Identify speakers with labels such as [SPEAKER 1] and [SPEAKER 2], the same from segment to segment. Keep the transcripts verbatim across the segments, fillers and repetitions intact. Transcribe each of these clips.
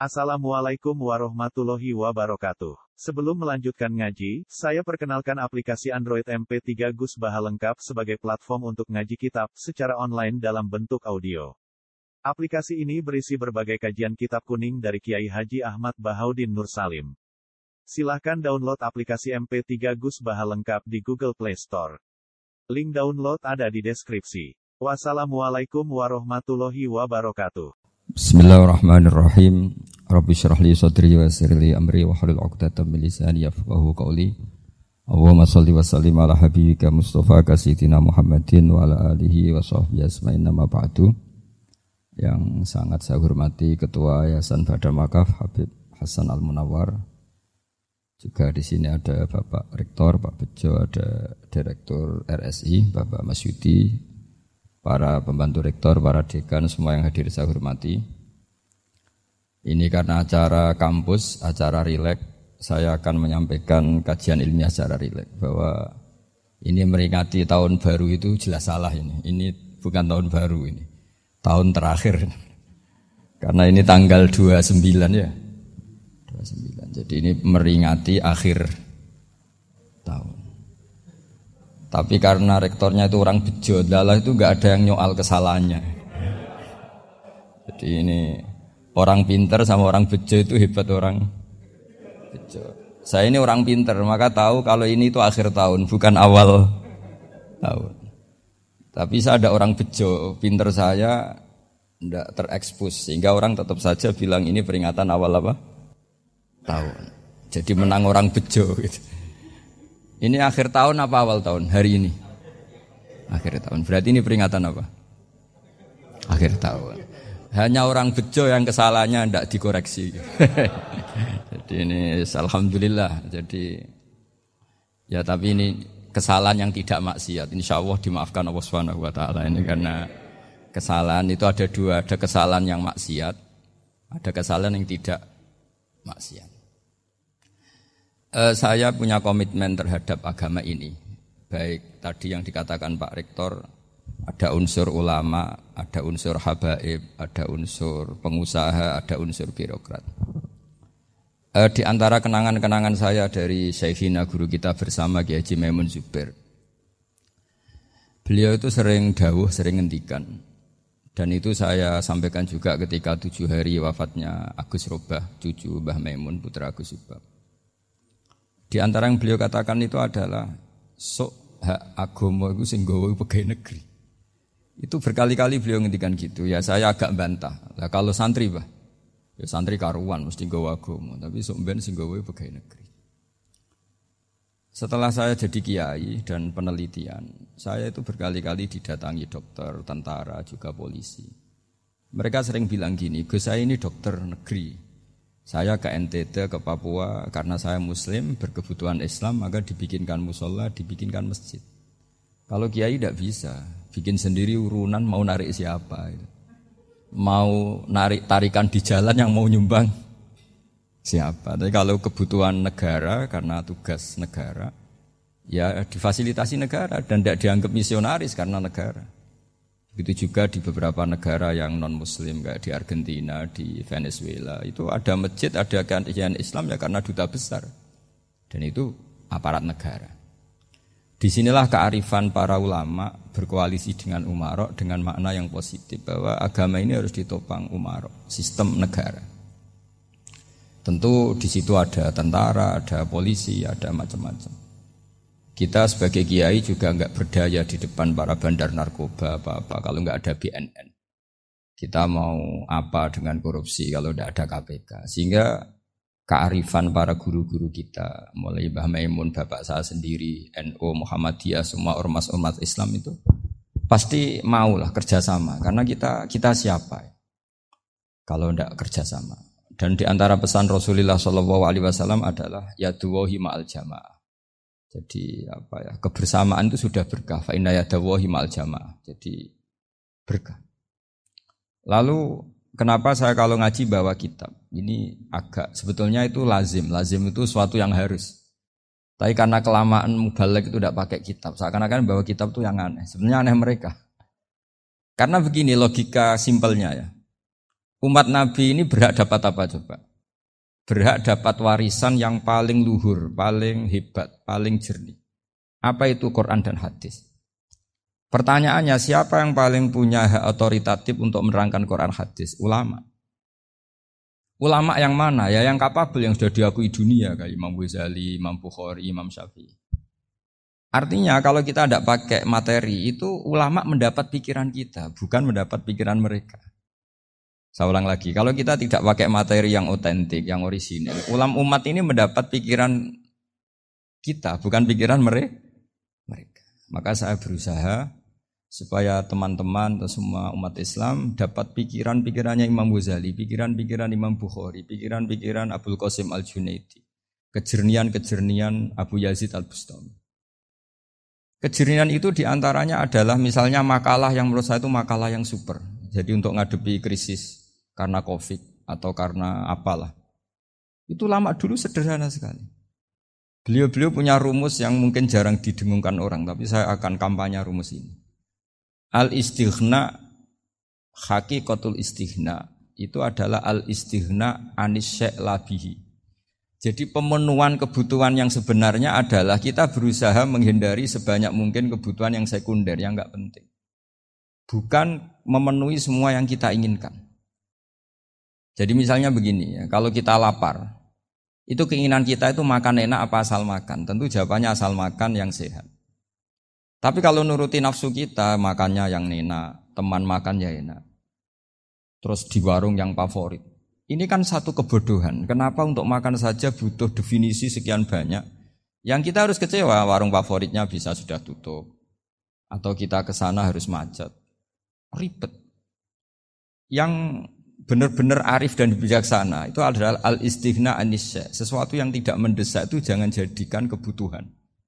[SPEAKER 1] Assalamualaikum warahmatullahi wabarakatuh. Sebelum melanjutkan ngaji, saya perkenalkan aplikasi Android M P tiga Gus Baha lengkap sebagai platform untuk ngaji kitab secara online dalam bentuk audio. Aplikasi ini berisi berbagai kajian kitab kuning dari Kiai Haji Ahmad Bahaudin Nur Salim. Silahkan download aplikasi M P tiga Gus Baha lengkap di Google Play Store. Link download ada di deskripsi. Wassalamualaikum warahmatullahi wabarakatuh.
[SPEAKER 2] Bismillahirrahmanirrahim. Rabbi syrah li sadri wa yassir li amri wa hlul 'uqdatam min lisani yafqahu qawli. Allahumma shalli wa sallim ala habibika Mustafa sayyidina Muhammadin wa ala alihi wa sahbihi asma'in nama ba'du. Yang sangat saya hormati Ketua Yayasan Badar Wakaf Habib Hasan Al-Munawwar. Juga di sini ada Bapak Rektor Pak Bejo, ada Direktur R S I Bapak Masyudi, para pembantu rektor, para dekan, semua yang hadir saya hormati. Ini karena acara kampus, acara rileks, saya akan menyampaikan kajian ilmiah secara rileks. Bahwa ini meringati tahun baru itu jelas salah ini. Ini bukan tahun baru ini, tahun terakhir. Karena ini tanggal dua puluh sembilan ya. dua puluh sembilan. Jadi ini meringati akhir tahun. Tapi karena rektornya itu orang bejo, dalah itu enggak ada yang nyoal kesalahannya. Jadi ini orang pinter sama orang bejo itu hebat orang bejo. Saya ini orang pinter, maka tahu kalau ini itu akhir tahun, bukan awal tahun. Tapi saya ada orang bejo, pinter saya tidak terekspos, sehingga orang tetap saja bilang ini peringatan awal apa? Tahun. Jadi menang orang bejo gitu. Ini akhir tahun apa awal tahun? Hari ini akhir tahun. Berarti ini peringatan apa? Akhir tahun. Hanya orang bejo yang kesalahannya tidak dikoreksi. Jadi ini alhamdulillah. Jadi ya tapi ini kesalahan yang tidak maksiat. Insyaallah dimaafkan Allah Subhanahu wa taala ini karena kesalahan itu ada dua, ada kesalahan yang maksiat, ada kesalahan yang tidak maksiat. Uh, saya punya komitmen terhadap agama ini. Baik tadi yang dikatakan Pak Rektor, ada unsur ulama, ada unsur habaib, ada unsur pengusaha, ada unsur birokrat. Uh, di antara kenangan-kenangan saya dari Syekhina guru kita bersama Kiai Haji Maimun Zubair. Beliau itu sering dawuh, sering ngendikan. Dan itu saya sampaikan juga ketika tujuh hari wafatnya Agus Robah, cucu Mbah Maimun, putra Agus Subah. Di antara yang beliau katakan itu adalah sok hak agama itu sing gawe pegawai negeri. Itu berkali-kali beliau ngendikan gitu. Ya saya agak bantah. Lah kalau santri, Pak. Ya santri karuan mesti gawe agama, tapi sok ben sing gawe pegawai negeri. Setelah saya jadi kiai dan penelitian, saya itu berkali-kali didatangi dokter, tentara, juga polisi. Mereka sering bilang gini, "Gus, saya ini dokter negeri. Saya ke N T T, ke Papua, karena saya muslim, berkebutuhan Islam, maka dibikinkan musola, dibikinkan masjid. Kalau kiai tidak bisa, bikin sendiri urunan mau narik siapa. Mau narik tarikan di jalan yang mau nyumbang siapa. Tapi kalau kebutuhan negara, karena tugas negara, ya difasilitasi negara dan tidak dianggap misionaris karena negara. Begitu juga di beberapa negara yang non-muslim, kayak di Argentina, di Venezuela, itu ada masjid, ada kajian Islam ya karena duta besar. Dan itu aparat negara. Disinilah kearifan para ulama berkoalisi dengan umarok dengan makna yang positif, bahwa agama ini harus ditopang umarok, sistem negara. Tentu di situ ada tentara, ada polisi, ada macam-macam. Kita sebagai kiai juga enggak berdaya di depan para bandar narkoba apa-apa kalau enggak ada B N N. Kita mau apa dengan korupsi kalau enggak ada K P K. Sehingga kearifan para guru-guru kita, mulai Mbah Maimun, bapak saya sendiri, N U, Muhammadiyah, semua ormas-ormas Islam itu pasti maulah kerjasama. Karena kita kita siapa ya? Kalau enggak kerjasama. Dan di antara pesan Rasulullah shallallahu alaihi wasallam adalah yaduwahi ma'al jamaah. Jadi apa ya, kebersamaan itu sudah berkah. Fa inna yadawahi ma'al jamaah. Jadi berkah. Lalu kenapa saya kalau ngaji bawa kitab? Ini agak sebetulnya itu lazim. Lazim itu suatu yang harus. Tapi karena kelamaan mubalek itu tidak pakai kitab. Seakan-akan bawa kitab itu yang aneh. Sebenarnya aneh mereka. Karena begini logika simpelnya ya. Umat Nabi ini berhak dapat apa coba? Berhak dapat warisan yang paling luhur, paling hebat, paling jernih. Apa itu Quran dan hadis? Pertanyaannya, siapa yang paling punya hak otoritatif untuk menerangkan Quran hadis? Ulama. Ulama yang mana? Ya yang kapabel, yang sudah diakui dunia kayak Imam Ghazali, Imam Bukhari, Imam Syafi'i. Artinya kalau kita tidak pakai materi itu ulama mendapat pikiran kita, bukan mendapat pikiran mereka. Saya ulang lagi, kalau kita tidak pakai materi yang otentik, yang orisinil, ulama umat ini mendapat pikiran kita, bukan pikiran mereka. Maka saya berusaha supaya teman-teman atau semua umat Islam dapat pikiran-pikirannya Imam Ghazali, pikiran-pikiran Imam Bukhari, pikiran-pikiran Abdul Qasim Al-Junaidi, kejernian-kejernian Abu Yazid Al-Bustami. Kejernian itu diantaranya adalah misalnya makalah yang menurut saya itu makalah yang super. Jadi untuk ngadepi krisis karena Covid atau karena apalah. Itu lama dulu sederhana sekali. Beliau-beliau punya rumus yang mungkin jarang didengungkan orang, tapi saya akan kampanye rumus ini. Al-istighna haqiqatul istighna itu adalah al-istighna anis syai' labihi. Jadi pemenuhan kebutuhan yang sebenarnya adalah kita berusaha menghindari sebanyak mungkin kebutuhan yang sekunder, yang enggak penting. Bukan memenuhi semua yang kita inginkan. Jadi misalnya begini ya, kalau kita lapar, itu keinginan kita itu makan enak apa asal makan? Tentu jawabannya asal makan yang sehat. Tapi kalau nuruti nafsu kita, makannya yang enak, teman makan ya enak. Terus di warung yang favorit. Ini kan satu kebodohan. Kenapa untuk makan saja butuh definisi sekian banyak? Yang kita harus kecewa, warung favoritnya bisa sudah tutup. Atau kita ke sana harus macet. Ribet. Yang benar-benar arif dan bijaksana itu adalah al-istighna anisya. Sesuatu yang tidak mendesak itu jangan jadikan kebutuhan.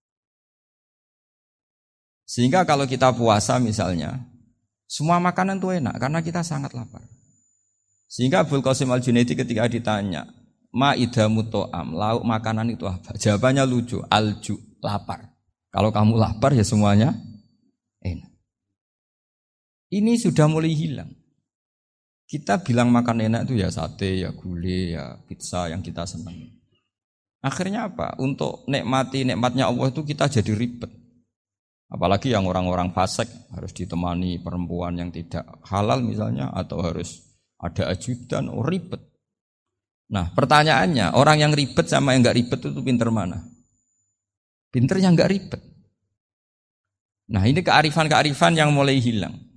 [SPEAKER 2] Sehingga kalau kita puasa misalnya, semua makanan itu enak karena kita sangat lapar. Sehingga Abdul Qasim Al-Junaidi ketika ditanya, ma idamu to'am, lauk makanan itu apa? Jawabannya lucu, alju, lapar. Kalau kamu lapar ya semuanya enak. Ini sudah mulai hilang. Kita bilang makan enak itu ya sate, ya gulai, ya pizza yang kita senang. Akhirnya apa? Untuk nikmati nikmatnya Allah itu kita jadi ribet. Apalagi yang orang-orang fasik harus ditemani perempuan yang tidak halal misalnya, atau harus ada ajudan, oh ribet. Nah pertanyaannya, orang yang ribet sama yang enggak ribet itu pinter mana? Pinter yang enggak ribet. Nah ini kearifan-kearifan yang mulai hilang.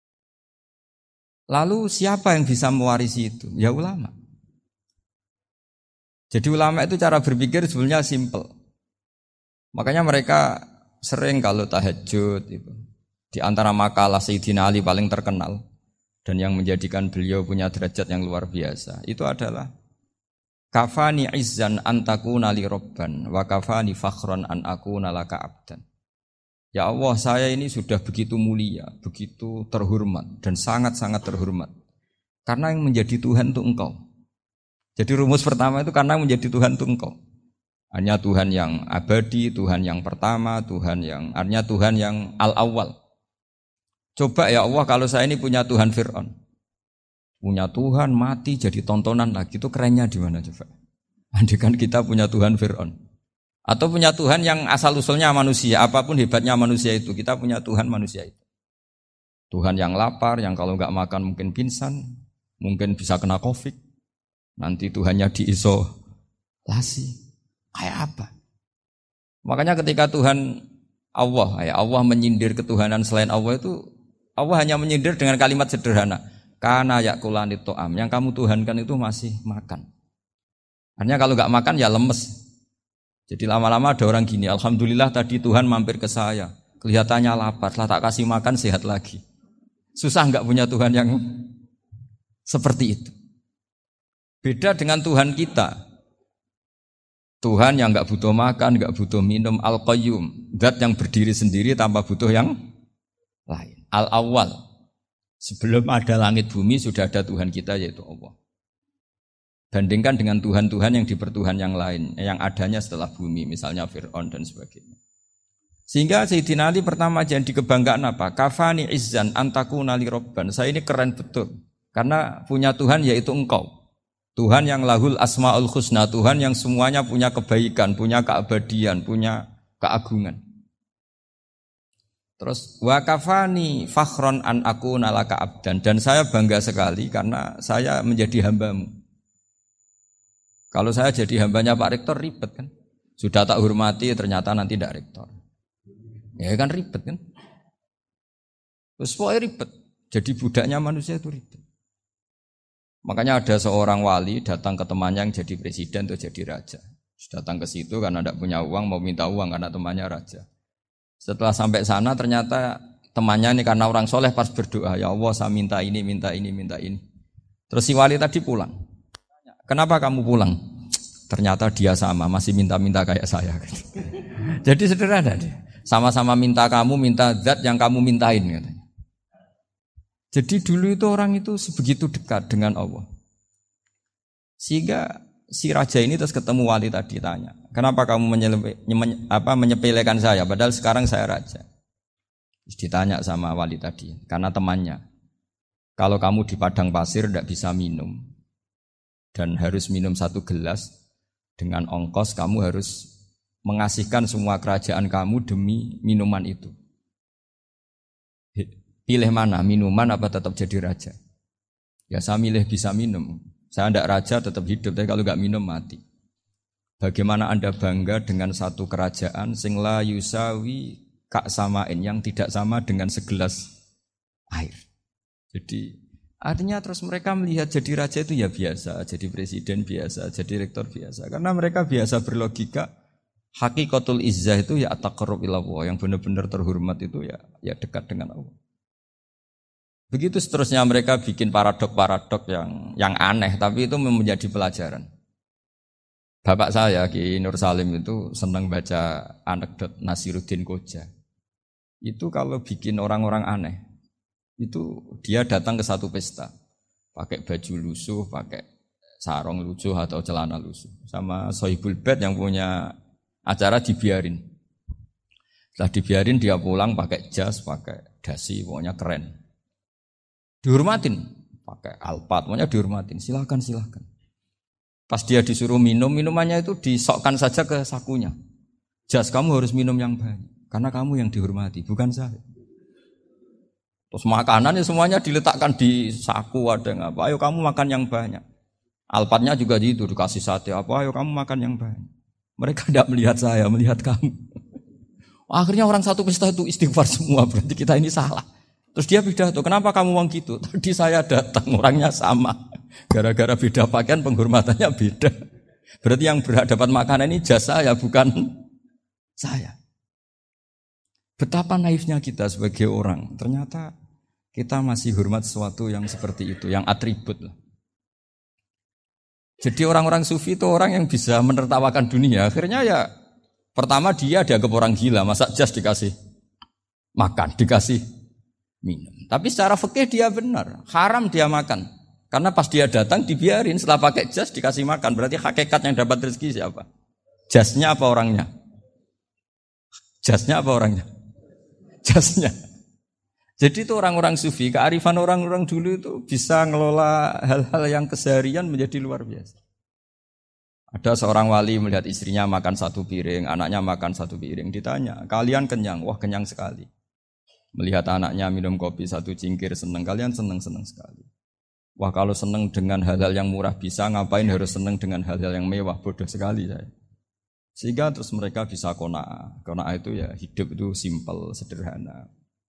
[SPEAKER 2] Lalu siapa yang bisa mewarisi itu? Ya ulama. Jadi ulama itu cara berpikir sebenarnya simple. Makanya mereka sering kalau tahajud itu. Di antara makalah Sayyidina Ali paling terkenal dan yang menjadikan beliau punya derajat yang luar biasa, itu adalah kafani izzan antakuna li robban wa kafani fakhran an akuna laka abdan. Ya Allah, saya ini sudah begitu mulia, begitu terhormat dan sangat-sangat terhormat. Karena yang menjadi Tuhan itu Engkau. Jadi rumus pertama itu karena menjadi Tuhan itu Engkau. Hanya Tuhan yang abadi, Tuhan yang pertama, Tuhan yang artinya Tuhan yang al-awwal. Coba ya Allah kalau saya ini punya Tuhan Fir'aun. Punya Tuhan mati jadi tontonan lagi, itu kerennya di mana coba? Andaikan kita punya Tuhan Fir'aun. Atau punya Tuhan yang asal-usulnya manusia, apapun hebatnya manusia itu, kita punya Tuhan manusia itu. Tuhan yang lapar, yang kalau enggak makan mungkin pingsan, mungkin bisa kena Covid. Nanti Tuhannya diisolasi. Kayak apa? Makanya ketika Tuhan Allah, ya Allah menyindir ketuhanan selain Allah itu, Allah hanya menyindir dengan kalimat sederhana. Kana yakulani to'am, yang kamu tuhankan itu masih makan. Artinya kalau enggak makan ya lemes. Jadi lama-lama ada orang gini, alhamdulillah tadi Tuhan mampir ke saya, kelihatannya lapar, setelah tak kasih makan sehat lagi. Susah enggak punya Tuhan yang seperti itu. Beda dengan Tuhan kita. Tuhan yang enggak butuh makan, enggak butuh minum, Al-Qayyum, zat yang berdiri sendiri tanpa butuh yang lain. Al-Awwal, sebelum ada langit bumi sudah ada Tuhan kita yaitu Allah. Bandingkan dengan Tuhan-Tuhan yang dipertuhan yang lain, yang adanya setelah bumi, misalnya Fir'aun dan sebagainya. Sehingga Sayyidina Ali pertama jadi kebanggaan apa? Kafani izzan antakuna li robban. Saya ini keren betul. Karena punya Tuhan yaitu engkau. Tuhan yang lahul asma'ul husna, Tuhan yang semuanya punya kebaikan, punya keabadian, punya keagungan. Terus wa kafani fakhron an aku nalaka abdan, dan saya bangga sekali karena saya menjadi hambamu. Kalau saya jadi hambanya Pak Rektor ribet kan. Sudah tak hormati ternyata nanti tidak rektor. Ya kan ribet kan. Terus pokoknya ribet. Jadi budaknya manusia itu ribet. Makanya ada seorang wali datang ke temannya yang jadi presiden atau jadi raja. Datang ke situ karena tidak punya uang, mau minta uang karena temannya raja. Setelah sampai sana ternyata temannya ini karena orang soleh pas berdoa, ya Allah saya minta ini, minta ini, minta ini. Terus si wali tadi pulang. Kenapa kamu pulang? Ternyata dia sama, masih minta-minta kayak saya. Jadi sederhana dia. Sama-sama minta kamu, minta zat yang kamu mintain katanya. Jadi dulu itu orang itu sebegitu dekat dengan Allah. Sehingga si raja ini terus ketemu wali tadi tanya, kenapa kamu menyelepe, menye, apa, menyepelekan saya padahal sekarang saya raja. Terus ditanya sama wali tadi, karena temannya, kalau kamu di padang pasir tidak bisa minum dan harus minum satu gelas, dengan ongkos kamu harus mengasihkan semua kerajaan kamu demi minuman itu. Pilih mana, minuman apa tetap jadi raja? Ya saya milih bisa minum. Saya tidak raja tetap hidup, tapi kalau nggak minum mati. Bagaimana Anda bangga dengan satu kerajaan sing la yusawi kak samain, yang tidak sama dengan segelas air. Jadi artinya terus mereka melihat jadi raja itu ya biasa, jadi presiden biasa, jadi rektor biasa. Karena mereka biasa berlogika, hakikatul izzah itu ya at-taqarrub ila Allah, yang benar-benar terhormat itu ya ya dekat dengan Allah. Begitu seterusnya mereka bikin paradok-paradok yang yang aneh, tapi itu menjadi pelajaran. Bapak saya Ki Nur Salim itu senang baca anekdot Nasiruddin Koja. Itu kalau bikin orang-orang aneh, itu dia datang ke satu pesta, pakai baju lusuh, pakai sarung lusuh atau celana lusuh, sama Sohibul Bait yang punya acara dibiarin. Setelah dibiarin dia pulang pakai jas, pakai dasi, pokoknya keren. Dihormatin, pakai alpat, pokoknya dihormatin. Silakan, silakan. Pas dia disuruh minum, minumannya itu disokkan saja ke sakunya. Jas, kamu harus minum yang banyak, karena kamu yang dihormati, bukan saya. Terus makanannya semuanya diletakkan di saku, ada yang apa, ayo kamu makan yang banyak. Alpatnya juga gitu, dikasih sate apa, ayo kamu makan yang banyak. Mereka tidak melihat saya, melihat kamu. Akhirnya orang satu pesta itu istighfar semua, berarti kita ini salah. Terus dia pidato, kenapa kamu uang gitu? Tadi saya datang, orangnya sama. Gara-gara beda pakaian, penghormatannya beda. Berarti yang berhak dapat makanan ini jasa ya, bukan saya. Betapa naifnya kita sebagai orang. Ternyata kita masih hormat sesuatu yang seperti itu, yang atribut lah. Jadi orang-orang sufi itu orang yang bisa menertawakan dunia. Akhirnya ya, pertama dia dianggap orang gila, masa jas dikasih makan, dikasih minum. Tapi secara fikih dia benar, haram dia makan. Karena pas dia datang dibiarin, setelah pakai jas dikasih makan. Berarti hakikat yang dapat rezeki siapa? Jasnya apa orangnya? Jasnya apa orangnya? Jasnya. Jadi itu orang-orang sufi, kearifan orang-orang dulu itu bisa ngelola hal-hal yang keseharian menjadi luar biasa. Ada seorang wali melihat istrinya makan satu piring, anaknya makan satu piring. Ditanya, kalian kenyang? Wah kenyang sekali. Melihat anaknya minum kopi satu cingkir, senang. Kalian senang-senang sekali. Wah kalau senang dengan hal-hal yang murah bisa, ngapain harus senang dengan hal-hal yang mewah? Bodoh sekali saya. Sehingga terus mereka bisa qanaah. Qanaah itu ya hidup itu simpel, sederhana.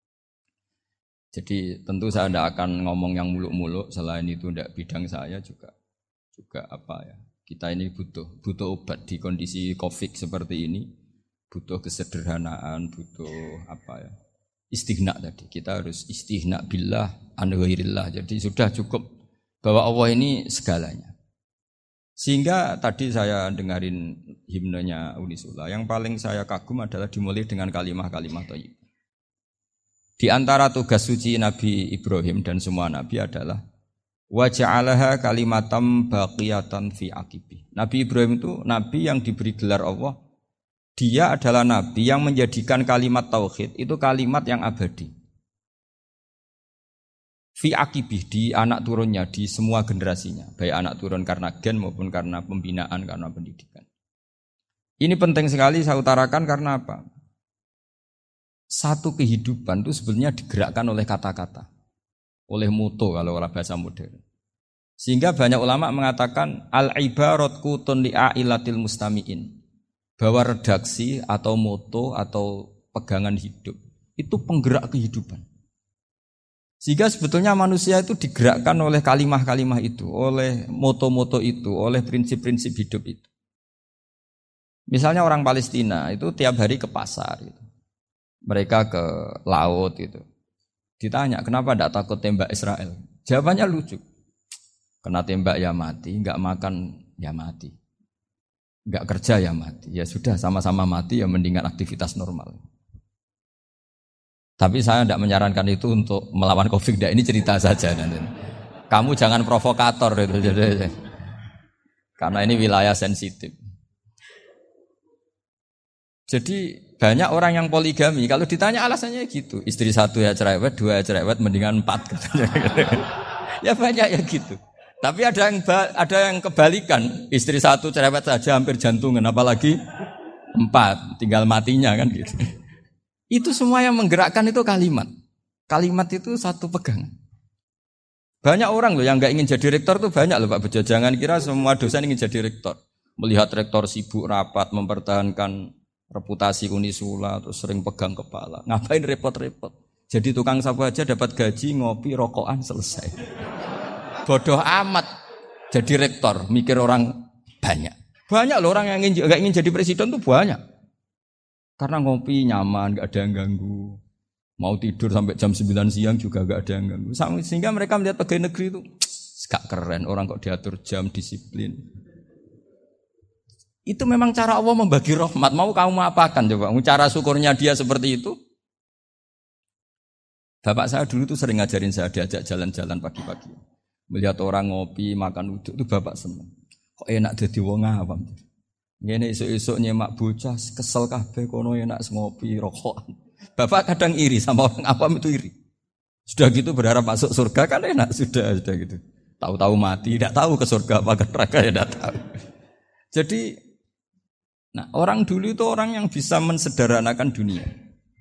[SPEAKER 2] Jadi tentu saya tidak akan ngomong yang muluk-muluk, selain itu tidak bidang saya juga. Juga apa ya, kita ini butuh butuh obat di kondisi Covid seperti ini. Butuh kesederhanaan, butuh apa ya, istighna tadi. Kita harus istighna billah an ghairillah. Jadi sudah cukup bahwa Allah ini segalanya. Sehingga tadi saya dengarin himnenya Unisula, yang paling saya kagum adalah dimulai dengan kalimah-kalimah thayyibah. Di antara tugas suci Nabi Ibrahim dan semua Nabi adalah wa ja'alaha kalimatam baqiyatan fi aqibi. Nabi Ibrahim itu Nabi yang diberi gelar Allah. Dia adalah Nabi yang menjadikan kalimat tauhid itu kalimat yang abadi. fi akibih, di anak turunnya, di semua generasinya, baik anak turun karena gen maupun karena pembinaan, karena pendidikan. Ini penting sekali saya utarakan karena apa? Satu kehidupan itu sebenarnya digerakkan oleh kata-kata, oleh moto kalau oleh bahasa modern. Sehingga banyak ulama mengatakan al-ibarat kutun li'ailatil mustami'in, bahwa redaksi atau moto atau pegangan hidup itu penggerak kehidupan. Sehingga sebetulnya manusia itu digerakkan oleh kalimah-kalimah itu, oleh moto-moto itu, oleh prinsip-prinsip hidup itu. Misalnya orang Palestina itu tiap hari ke pasar, gitu. Mereka ke laut gitu. Ditanya kenapa tidak takut tembak Israel? Jawabannya lucu. Kena tembak ya mati, enggak makan ya mati, enggak kerja ya mati. Ya sudah sama-sama mati ya mendingan aktivitas normal. Tapi saya tidak menyarankan itu untuk melawan Covid. Ini cerita saja. Kamu jangan provokator itu. Karena ini wilayah sensitif. Jadi banyak orang yang poligami. Kalau ditanya alasannya gitu. Istri satu ya cerewet, dua ya cerewet, mendingan empat. Ya banyak ya gitu. Tapi ada yang ada yang kebalikan. Istri satu cerewet saja hampir jantungan. Apalagi empat. Tinggal matinya kan gitu. Itu semua yang menggerakkan itu kalimat. Kalimat itu satu pegangan. Banyak orang loh yang nggak ingin jadi rektor tuh banyak loh Pak Bejo. Jangan kira semua dosen ingin jadi rektor. Melihat rektor sibuk rapat mempertahankan reputasi Unisula terus sering pegang kepala. Ngapain repot-repot? Jadi tukang sapu aja dapat gaji, ngopi, rokokan selesai. Bodoh amat jadi rektor, mikir orang banyak. Banyak loh orang yang ingin nggak ingin jadi presiden tuh banyak. Karena ngopi nyaman, gak ada yang ganggu. Mau tidur sampai jam sembilan siang juga gak ada yang ganggu. Sehingga mereka melihat pegawai negeri itu gak keren, orang kok diatur jam, disiplin. Itu memang cara Allah membagi rahmat. Mau kamu apakan coba? Cara syukurnya dia seperti itu. Bapak saya dulu tuh sering ngajarin saya, diajak jalan-jalan pagi-pagi. Melihat orang ngopi, makan uduk, itu bapak senang. Kok enak jadi wong awam. Ngene esuk-esuk nyemak bocah kesel kabeh kono enak ngopi rokokan. Bapak kadang iri sama orang awam itu iri. Sudah gitu berharap masuk surga kan enak sudah sudah gitu. Tahu-tahu mati, tidak tahu ke surga apa ke neraka ya tidak tahu. Jadi nah, orang dulu itu orang yang bisa mensederhanakan dunia.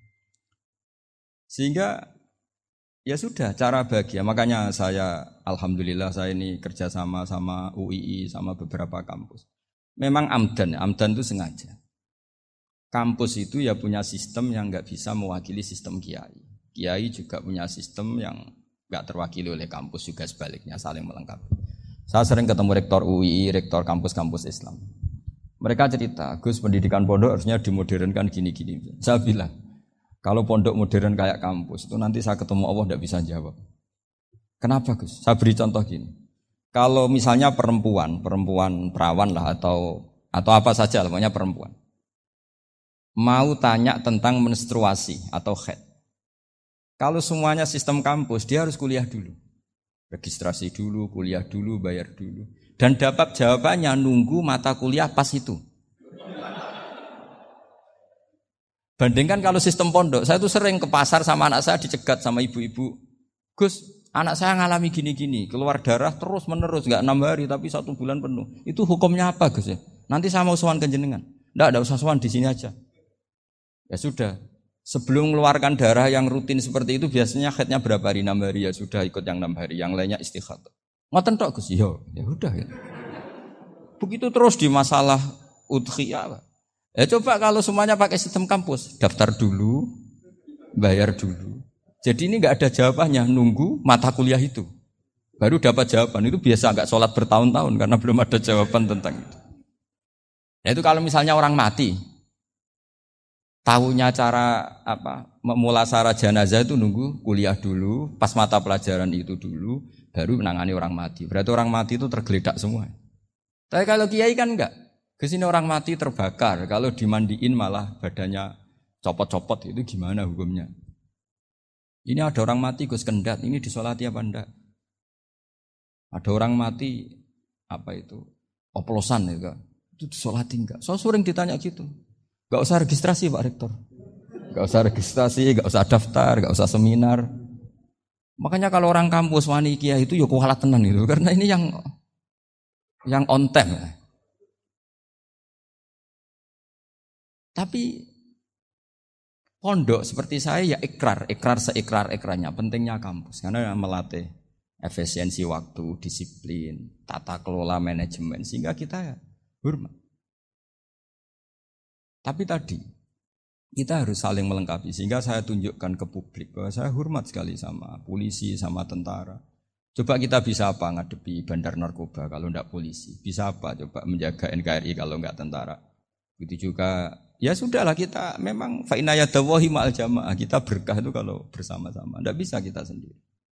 [SPEAKER 2] Sehingga ya sudah cara bahagia. Makanya saya alhamdulillah saya ini kerjasama sama U I I sama beberapa kampus. Memang amdan, amdan itu sengaja. Kampus itu ya punya sistem yang nggak bisa mewakili sistem kiai. Kiai juga punya sistem yang nggak terwakili oleh kampus juga sebaliknya, saling melengkapi. Saya sering ketemu rektor U I I, rektor kampus-kampus Islam. Mereka cerita, Gus pendidikan pondok harusnya dimodernkan gini-gini. Saya bilang, kalau pondok modern kayak kampus itu nanti saya ketemu Allah nggak bisa jawab. Kenapa Gus? Saya beri contoh gini. Kalau misalnya perempuan, perempuan perawan lah atau atau apa saja, namanya perempuan, mau tanya tentang menstruasi atau haid. Kalau semuanya sistem kampus, dia harus kuliah dulu, registrasi dulu, kuliah dulu, bayar dulu, dan dapat jawabannya nunggu mata kuliah pas itu. Bandingkan kalau sistem pondok, saya tuh sering ke pasar sama anak saya dicegat sama ibu-ibu, Gus. Anak saya ngalami gini-gini, keluar darah terus menerus, nggak enam hari tapi satu bulan penuh. Itu hukumnya apa Gus ya? Nanti saya mau sowan ke jenengan. Nggak, nggak usah sowan di sini aja. Ya sudah. Sebelum mengeluarkan darah yang rutin seperti itu biasanya haidnya berapa hari? enam hari ya sudah ikut yang enam hari, yang lainnya istighatsah. Ngoten tok Gus, ya. Ya udah ya. Begitu terus di masalah udhiyah. Ya coba kalau semuanya pakai sistem kampus, daftar dulu, bayar dulu. Jadi ini nggak ada jawabannya, nunggu mata kuliah itu. Baru dapat jawaban, itu biasa nggak sholat bertahun-tahun karena belum ada jawaban tentang itu. Nah itu kalau misalnya orang mati, tahunya cara apa memulasara jenazah itu nunggu kuliah dulu, pas mata pelajaran itu dulu, baru menangani orang mati. Berarti orang mati itu tergeledak semua. Tapi kalau kiai kan enggak. Kesini orang mati terbakar, kalau dimandiin malah badannya copot-copot, itu gimana hukumnya? Ini ada orang mati Gus Kendat, ini disolati apa enggak? Ada orang mati apa itu? Oplosan ya, itu disolati enggak? So sering ditanya gitu. Enggak usah registrasi Pak Rektor. Enggak usah registrasi, enggak usah daftar, enggak usah seminar. Makanya kalau orang kampus wani kiai itu ya kualat tenan itu karena ini yang yang on time. Tapi pondok seperti saya ya ikrar, ikrar seikrar-ikrarnya pentingnya kampus karena melatih efisiensi waktu, disiplin, tata kelola manajemen sehingga kita ya hormat. Tapi tadi kita harus saling melengkapi sehingga saya tunjukkan ke publik bahwa saya hormat sekali sama polisi, sama tentara. Coba kita bisa apa ngadepi bandar narkoba kalau enggak polisi? Bisa apa coba menjaga N K R I kalau enggak tentara? Begitu juga ya sudahlah kita memang fa inna yadallahi ma'al jamaah, kita berkah itu kalau bersama-sama. Enggak bisa kita sendiri.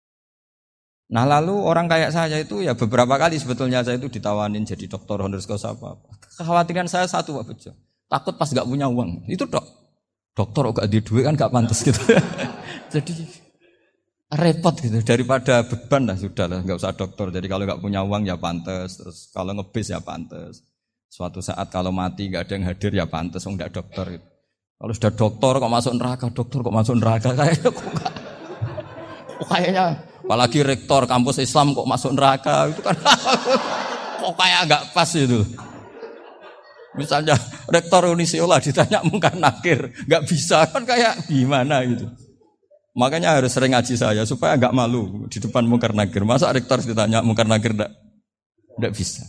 [SPEAKER 2] Nah lalu orang kayak saya itu ya beberapa kali sebetulnya saya itu ditawanin jadi doktor honoris causa apa-apa. Kekhawatiran saya satu Pak Bejo, takut pas enggak punya uang. Itu dok, dokter kok enggak ada duit kan enggak pantas gitu. Jadi repot gitu daripada beban lah sudah lah enggak usah dokter. Jadi kalau enggak punya uang ya pantas, terus kalau ngebis ya pantas. Suatu saat kalau mati enggak ada yang hadir ya pantas enggak dokter gitu. Kalau sudah dokter kok masuk neraka, dokter kok masuk neraka kayaknya kok enggak. Oh, kayaknya apalagi rektor kampus Islam kok masuk neraka itu kan kok kayak enggak pas itu. Misalnya rektor Unisiola ditanya mungkar nakir, enggak bisa kan kayak gimana gitu. Makanya harus sering ngaji saya supaya enggak malu di depan mungkar nakir. Masa rektor ditanya mungkar nakir enggak enggak bisa.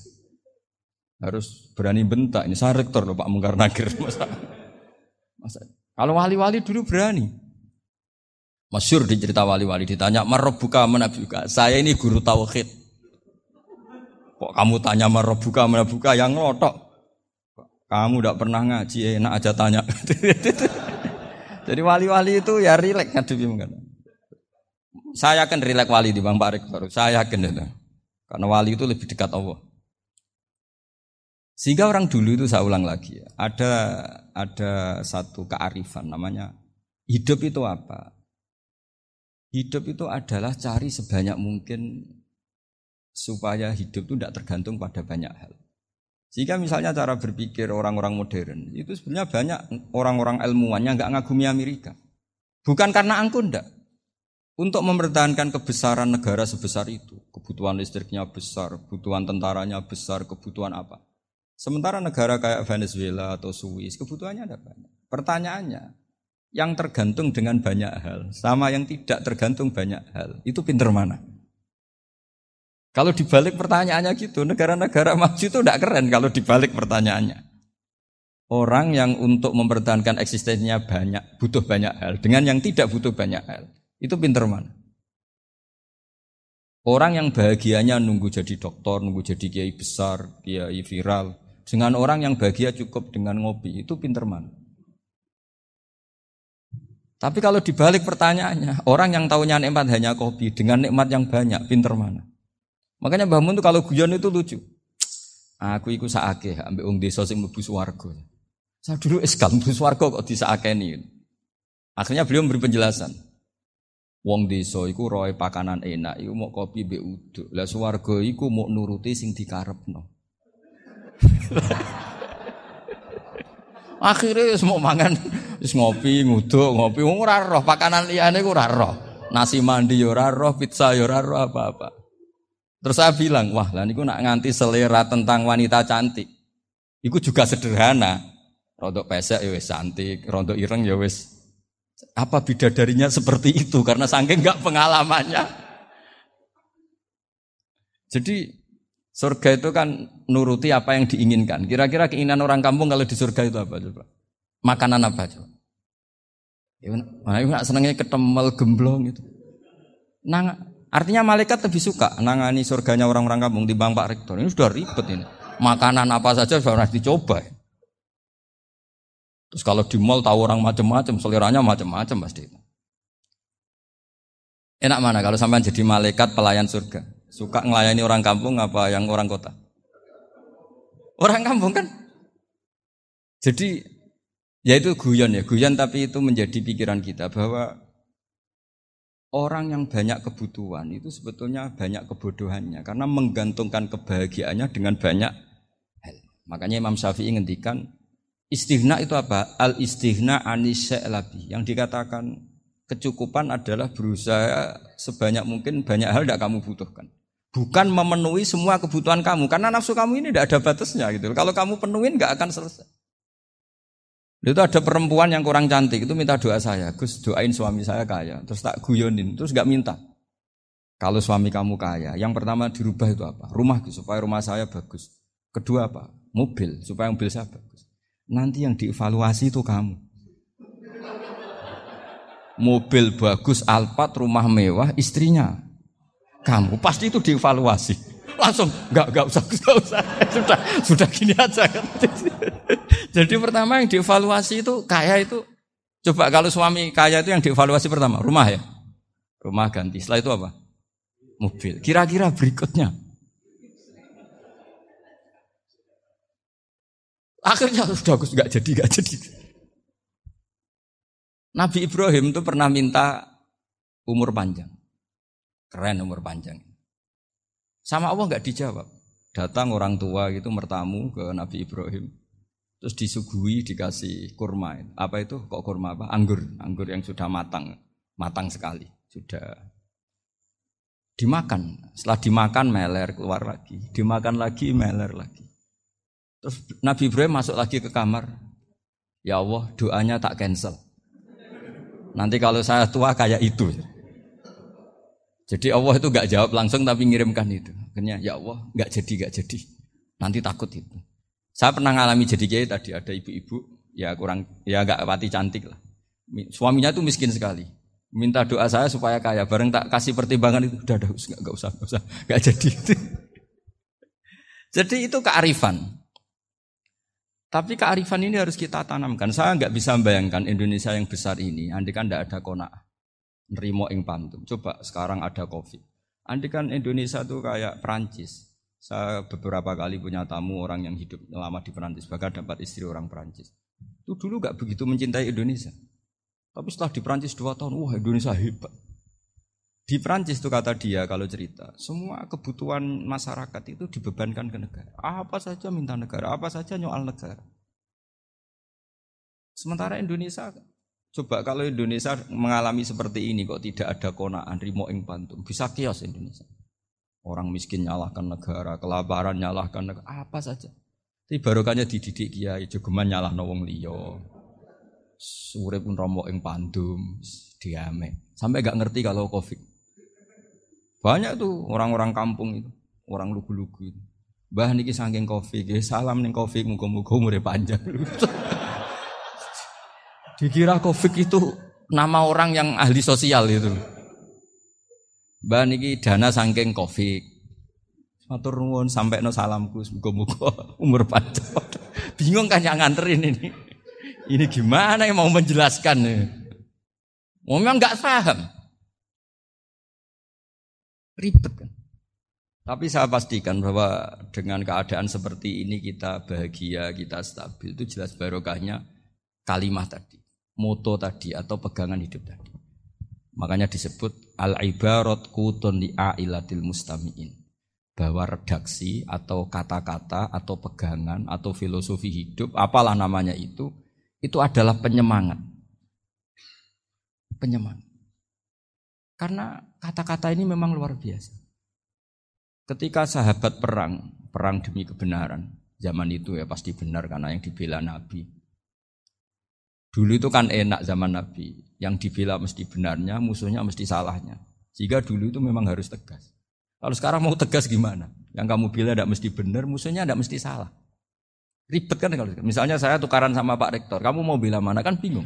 [SPEAKER 2] Harus berani bentak. Ini saya rektor loh Pak mungkar nakir. Masa, masa. Kalau wali-wali dulu berani. Masyhur di cerita wali-wali ditanya marabbuka manabuka. Saya ini guru tauhid. Kok kamu tanya marabbuka manabuka yang ngelotok? Kamu tidak pernah ngaji enak aja tanya. Jadi wali-wali itu ya rileks ngadepi mungkar. Saya akan rileks wali di Bang Pak Rektor. Saya yakin itu. Karena wali itu lebih dekat Allah. Sehingga orang dulu itu saya ulang lagi ya, ada ada satu kearifan namanya hidup itu apa? Hidup itu adalah cari sebanyak mungkin supaya hidup itu tidak tergantung pada banyak hal. Sehingga misalnya cara berpikir orang-orang modern itu sebenarnya banyak orang-orang ilmuwannya nggak ngagumi Amerika. Bukan karena angkuh ndak. Untuk mempertahankan kebesaran negara sebesar itu, kebutuhan listriknya besar, kebutuhan tentaranya besar, kebutuhan apa? Sementara negara kayak Venezuela atau Swiss kebutuhannya ada banyak. Pertanyaannya, yang tergantung dengan banyak hal sama yang tidak tergantung banyak hal, itu pinter mana? Kalau dibalik pertanyaannya gitu, negara-negara maju itu tidak keren kalau dibalik pertanyaannya. Orang yang untuk mempertahankan eksistensinya banyak, butuh banyak hal, dengan yang tidak butuh banyak hal, itu pinter mana? Orang yang bahagianya nunggu jadi dokter, nunggu jadi kiai besar, kiai viral, dengan orang yang bahagia cukup dengan ngopi, itu pinter mana? Tapi kalau dibalik pertanyaannya, orang yang tahunya nikmat hanya kopi, dengan nikmat yang banyak, pinter mana? Makanya Mbah Mun itu kalau guyon itu lucu. Aku iku sakake ambek wong desa sing mlebu swarga. Saya dulu eskal mlebu swarga kok disakeni. Akhirnya beliau memberi penjelasan. Wong desa iku roe pakanan enak, iku mau kopi mbek uduk. Lah swarga iku mau nuruti sing dikarepno. Akhirnya wis mau mangan, wis ngopi, nguduk, ngopi, ora roh pakanan liyane ku ora roh. Nasi mandi ya ora roh, pizza ya ora roh apa-apa. Terus saya bilang, wah lah niku nak nganti selera tentang wanita cantik. Iku juga sederhana. Rontok pesek ya wis cantik, rontok ireng ya wis. Apa bidadarinya seperti itu karena saking enggak pengalamannya. Jadi surga itu kan nuruti apa yang diinginkan. Kira-kira keinginan orang kampung kalau di surga itu apa coba? Makanan apa coba? Ya, nah, itu nak senengnya ketemel gemblong gitu. Nang, artinya malaikat lebih suka nangani surganya orang-orang kampung di Bang Pak Rektor. Ini sudah ribet ini. Makanan apa saja sudah harus dicoba. Terus kalau di mall tahu orang macam-macam, seleranya macam-macam pasti. Enak mana kalau sampai jadi malaikat pelayan surga? Suka ngelayani orang kampung apa yang orang kota? Orang kampung kan? Jadi, ya itu guyon ya, guyon tapi itu menjadi pikiran kita bahwa orang yang banyak kebutuhan itu sebetulnya banyak kebodohannya karena menggantungkan kebahagiaannya dengan banyak hal. Makanya Imam Syafi'i ngendikan istighna itu apa? Al istighna anis sya'labi. Yang dikatakan kecukupan adalah berusaha sebanyak mungkin banyak hal tidak kamu butuhkan. Bukan memenuhi semua kebutuhan kamu, karena nafsu kamu ini tidak ada batasnya gitu. Kalau kamu penuhin nggak akan selesai. Itu ada perempuan yang kurang cantik itu minta doa saya, Gus doain suami saya kaya, terus tak guyonin, terus nggak minta. Kalau suami kamu kaya, yang pertama dirubah itu apa? Rumah supaya rumah saya bagus. Kedua apa? Mobil supaya mobil saya bagus. Nanti yang dievaluasi itu kamu. Mobil bagus, Alphard, rumah mewah, istrinya kamu pasti itu dievaluasi. Langsung enggak enggak usah enggak usah. Sudah sudah gini aja kan. Jadi pertama yang dievaluasi itu kaya itu coba kalau suami kaya itu yang dievaluasi pertama rumah ya. Rumah ganti. Setelah itu apa? Mobil. Kira-kira berikutnya. Akhirnya sudah Gus enggak jadi enggak jadi. Nabi Ibrahim itu pernah minta umur panjang. Keren umur panjang. Sama Allah enggak dijawab. Datang orang tua gitu mertamu ke Nabi Ibrahim. Terus disuguhi dikasih kurma. Apa itu? Kok kurma apa? Anggur. Anggur yang sudah matang. Matang sekali. Sudah dimakan. Setelah dimakan meler keluar lagi. Dimakan lagi meler lagi. Terus Nabi Ibrahim masuk lagi ke kamar. Ya Allah doanya tak cancel. Nanti kalau saya tua kayak itu. Jadi Allah itu enggak jawab langsung tapi ngirimkan itu. Akhirnya ya Allah enggak jadi enggak jadi. Nanti takut itu. Saya pernah ngalami jadi kiai tadi ada ibu-ibu ya kurang ya enggak pati cantik lah. Suaminya itu miskin sekali. Minta doa saya supaya kaya. Bareng tak kasih pertimbangan itu udah udah enggak enggak usah enggak usah enggak jadi. Jadi itu kearifan. Tapi kearifan ini harus kita tanamkan. Saya enggak bisa membayangkan Indonesia yang besar ini andai kan enggak ada qanaah. Nerimo ing pantum. Coba sekarang ada Covid. Andai kan Indonesia tuh kayak Perancis. Saya beberapa kali punya tamu orang yang hidup lama di Perancis, bahkan dapat istri orang Perancis. Itu dulu enggak begitu mencintai Indonesia. Tapi setelah di Perancis dua tahun, wah Indonesia hebat. Di Perancis tuh kata dia kalau cerita, semua kebutuhan masyarakat itu dibebankan ke negara. Apa saja minta negara, apa saja nyoal negara. Sementara Indonesia coba kalau Indonesia mengalami seperti ini kok tidak ada qanaah rimo ing pantum, bisa kios Indonesia. Orang miskin nyalahkan negara, kelaparan nyalahkan negara, apa saja. Tapi barokahnya dididik kiai, jogeman nyalahno wong liya. Urip pun romo ing pandum, diame. Sampai enggak ngerti kalau Covid. Banyak tuh orang-orang kampung itu, orang lugu-lugu itu. Mbah niki saking Covid, salam ning Covid muga-muga umure panjang. Dikira Covid itu nama orang yang ahli sosial itu. Mbak niki dana saking Covid. Matur nuwun sampekno salamku muga-muga umur panjang. Bingung kan yang nganterin ini. Ini gimana yang mau menjelaskan nih? Memang enggak paham. Ribet kan. Tapi saya pastikan bahwa dengan keadaan seperti ini kita bahagia, kita stabil itu jelas barokahnya kalimah tadi. Moto tadi atau pegangan hidup tadi. Makanya disebut al-ibarat qutun li ailatil mustami'in. Bahwa redaksi atau kata-kata atau pegangan atau filosofi hidup, apalah namanya itu, itu adalah penyemangat. Penyemangat. Karena kata-kata ini memang luar biasa. Ketika sahabat perang, perang demi kebenaran, zaman itu ya pasti benar karena yang dibela Nabi. Dulu itu kan enak zaman Nabi, yang dibela mesti benarnya, musuhnya mesti salahnya. Jika dulu itu memang harus tegas. Kalau sekarang mau tegas gimana? Yang kamu bela tidak mesti benar, musuhnya tidak mesti salah. Ribet kan kalau misalnya saya tukaran sama Pak Rektor, kamu mau bela mana kan bingung.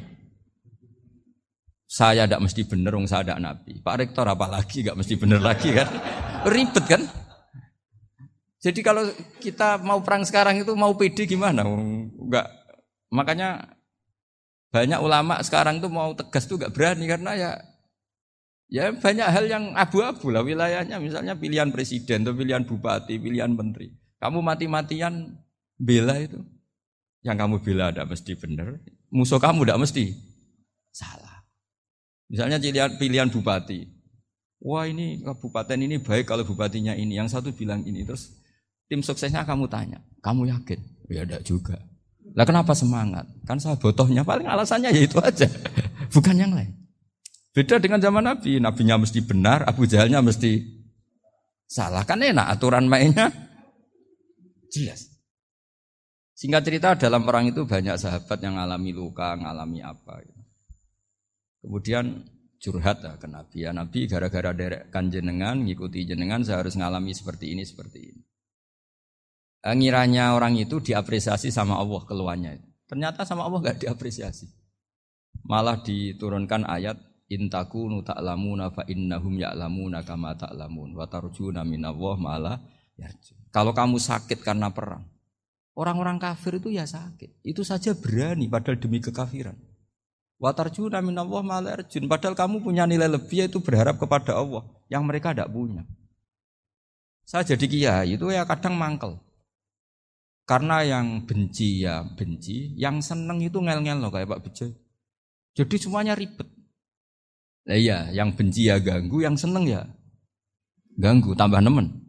[SPEAKER 2] Saya tidak mesti benar, wong saya tidak Nabi. Pak Rektor apalagi nggak mesti benar lagi kan? Ribet kan? Jadi kalau kita mau perang sekarang itu mau pede gimana? Enggak. Makanya banyak ulama sekarang tuh mau tegas tuh gak berani karena ya ya banyak hal yang abu-abu lah wilayahnya, misalnya pilihan presiden atau pilihan bupati, pilihan menteri. Kamu mati-matian bela itu, yang kamu bela tidak mesti benar, musuh kamu tidak mesti salah. Misalnya pilihan, pilihan bupati, wah ini kabupaten ini baik kalau bupatinya ini, yang satu bilang ini, terus tim suksesnya kamu tanya, kamu yakin? Ya tidak juga. Lah kenapa semangat? Kan saya botohnya paling alasannya ya itu aja. Bukan yang lain. Beda dengan zaman Nabi, Nabinya mesti benar, Abu Jahalnya mesti salah. Kan enak aturan mainnya jelas. Singkat cerita dalam perang itu banyak sahabat yang ngalami luka, ngalami apa. Kemudian curhat ya, ke Nabi. Ya Nabi gara-gara derekkan jenengan, ngikuti jenengan saya harus ngalami seperti ini, seperti ini. Ngiranya orang itu diapresiasi sama Allah keluarnya. Ternyata sama Allah gak diapresiasi. Malah diturunkan ayat intakunu ta'lamuna fa innahum ya'lamuna kama ta'lamun wa tarjuna minallah ma'ala yarju. Kalau kamu sakit karena perang, orang-orang kafir itu ya sakit. Itu saja berani padahal demi kekafiran. Wa tarjuna minallah ma'ala yarjun. Padahal kamu punya nilai lebih yaitu berharap kepada Allah yang mereka tidak punya. Saya jadi kiai itu ya kadang mangkel. Karena yang benci ya benci, yang seneng itu ngel-ngel loh kayak Pak Bejo. Jadi semuanya ribet. Nah iya, yang benci ya ganggu, yang seneng ya ganggu, tambah nemen.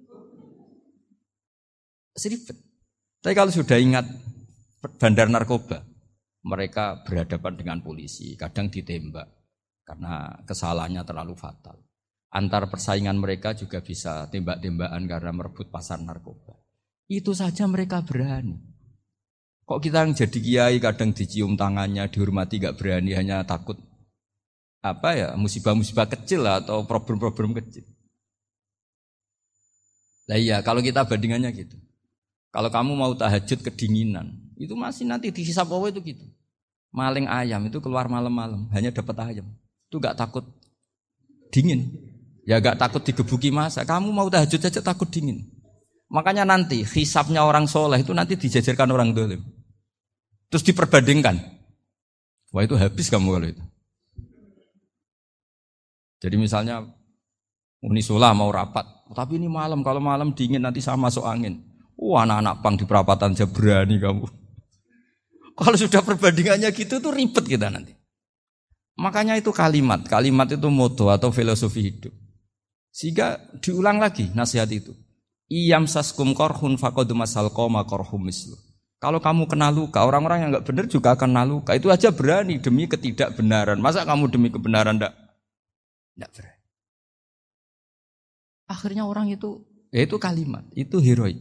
[SPEAKER 2] Seribet. Tapi kalau sudah ingat bandar narkoba, mereka berhadapan dengan polisi, kadang ditembak karena kesalahannya terlalu fatal. Antar persaingan mereka juga bisa tembak-tembakan karena merebut pasar narkoba. Itu saja mereka berani. Kok kita yang jadi kiai kadang dicium tangannya, dihormati gak berani, hanya takut apa ya musibah-musibah kecil lah, atau problem-problem kecil. Lah iya kalau kita bandingannya gitu. Kalau kamu mau tahajud kedinginan, itu masih nanti dihisab Allah itu gitu. Maling ayam itu keluar malam-malam hanya dapat ayam. Itu gak takut dingin. Ya gak takut digebuki masa. Kamu mau tahajud saja takut dingin. Makanya nanti hisabnya orang soleh itu nanti dijajarkan orang dolim. Terus diperbandingkan. Wah itu habis kamu kalau itu. Jadi misalnya Unisula mau rapat, tapi ini malam, kalau malam dingin nanti sama masuk angin. Wah anak-anak pang di perapatan aja berani kamu. Kalau sudah perbandingannya gitu tuh ribet kita nanti. Makanya itu kalimat, kalimat itu moto atau filosofi hidup. Sehingga diulang lagi nasihat itu. Iyam saskum korhun fakodu masal koma korhum mislu. Kalau kamu kena luka, orang-orang yang enggak benar juga akan kena luka. Itu aja berani demi ketidakbenaran. Masa kamu demi kebenaran enggak? Enggak berani. Akhirnya orang itu, ya itu kalimat, itu heroik.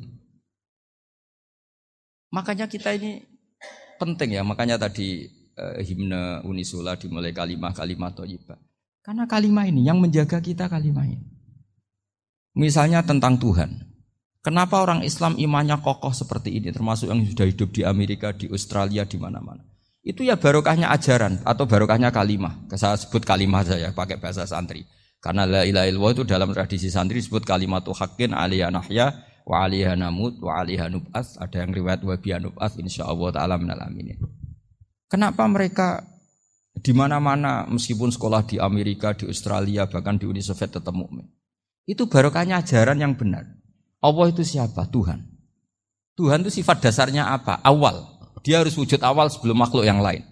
[SPEAKER 2] Makanya kita ini penting ya, makanya tadi eh, himne Unisula dimulai kalimah-kalimah thayyibah. Karena kalimah ini yang menjaga kita kalimah ini. Misalnya tentang Tuhan. Kenapa orang Islam imannya kokoh seperti ini, termasuk yang sudah hidup di Amerika, di Australia, di mana-mana. Itu ya barokahnya ajaran atau barokahnya kalimah. Saya sebut kalimah saya pakai bahasa santri. Karena la ilaha illallah itu dalam tradisi santri disebut kalimatu haqqin alaiha nahya wa alaiha namut wa alaiha nub'ats. Ada yang riwayat wa biha nub'ats insyaallah taala minal aminin. Kenapa mereka di mana-mana meskipun sekolah di Amerika, di Australia, bahkan di Uni Soviet tetap mukmin? Itu barokahnya ajaran yang benar. Allah itu siapa? Tuhan. Tuhan itu sifat dasarnya apa? Awal. Dia harus wujud awal sebelum makhluk yang lain.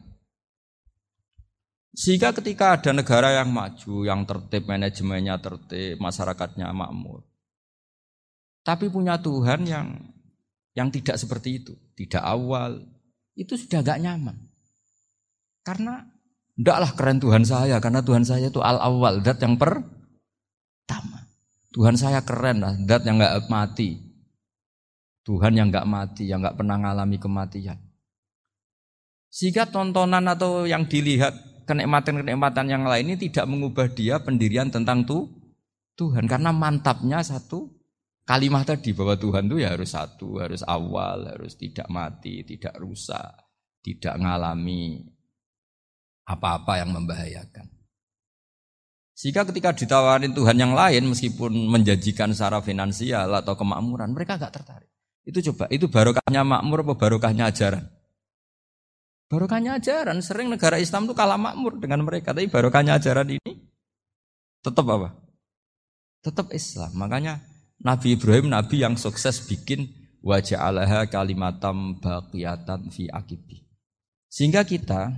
[SPEAKER 2] Sehingga ketika ada negara yang maju, yang tertib, manajemennya tertib, masyarakatnya makmur. Tapi punya Tuhan yang yang tidak seperti itu. Tidak awal. Itu sudah gak nyaman. Karena ndaklah keren Tuhan saya. Karena Tuhan saya itu al-awwal, zat yang pertama. Tuhan saya keren lah, zat yang gak mati. Tuhan yang gak mati, yang gak pernah mengalami kematian. Sehingga tontonan atau yang dilihat kenikmatan-kenikmatan yang lain ini tidak mengubah dia pendirian tentang tuh Tuhan. Karena mantapnya satu kalimat tadi bahwa Tuhan itu ya harus satu, harus awal, harus tidak mati, tidak rusak, tidak mengalami apa-apa yang membahayakan. Sehingga ketika ditawarin Tuhan yang lain meskipun menjanjikan secara finansial atau kemakmuran, mereka gak tertarik. Itu coba, itu barokahnya makmur apa barokahnya ajaran? Barokahnya ajaran, sering negara Islam itu kalah makmur dengan mereka. Tapi barokahnya ajaran ini tetap apa? Tetap Islam. Makanya Nabi Ibrahim, Nabi yang sukses bikin wa ja'alaha kalimatam baqiyatan fi aqibi. Sehingga kita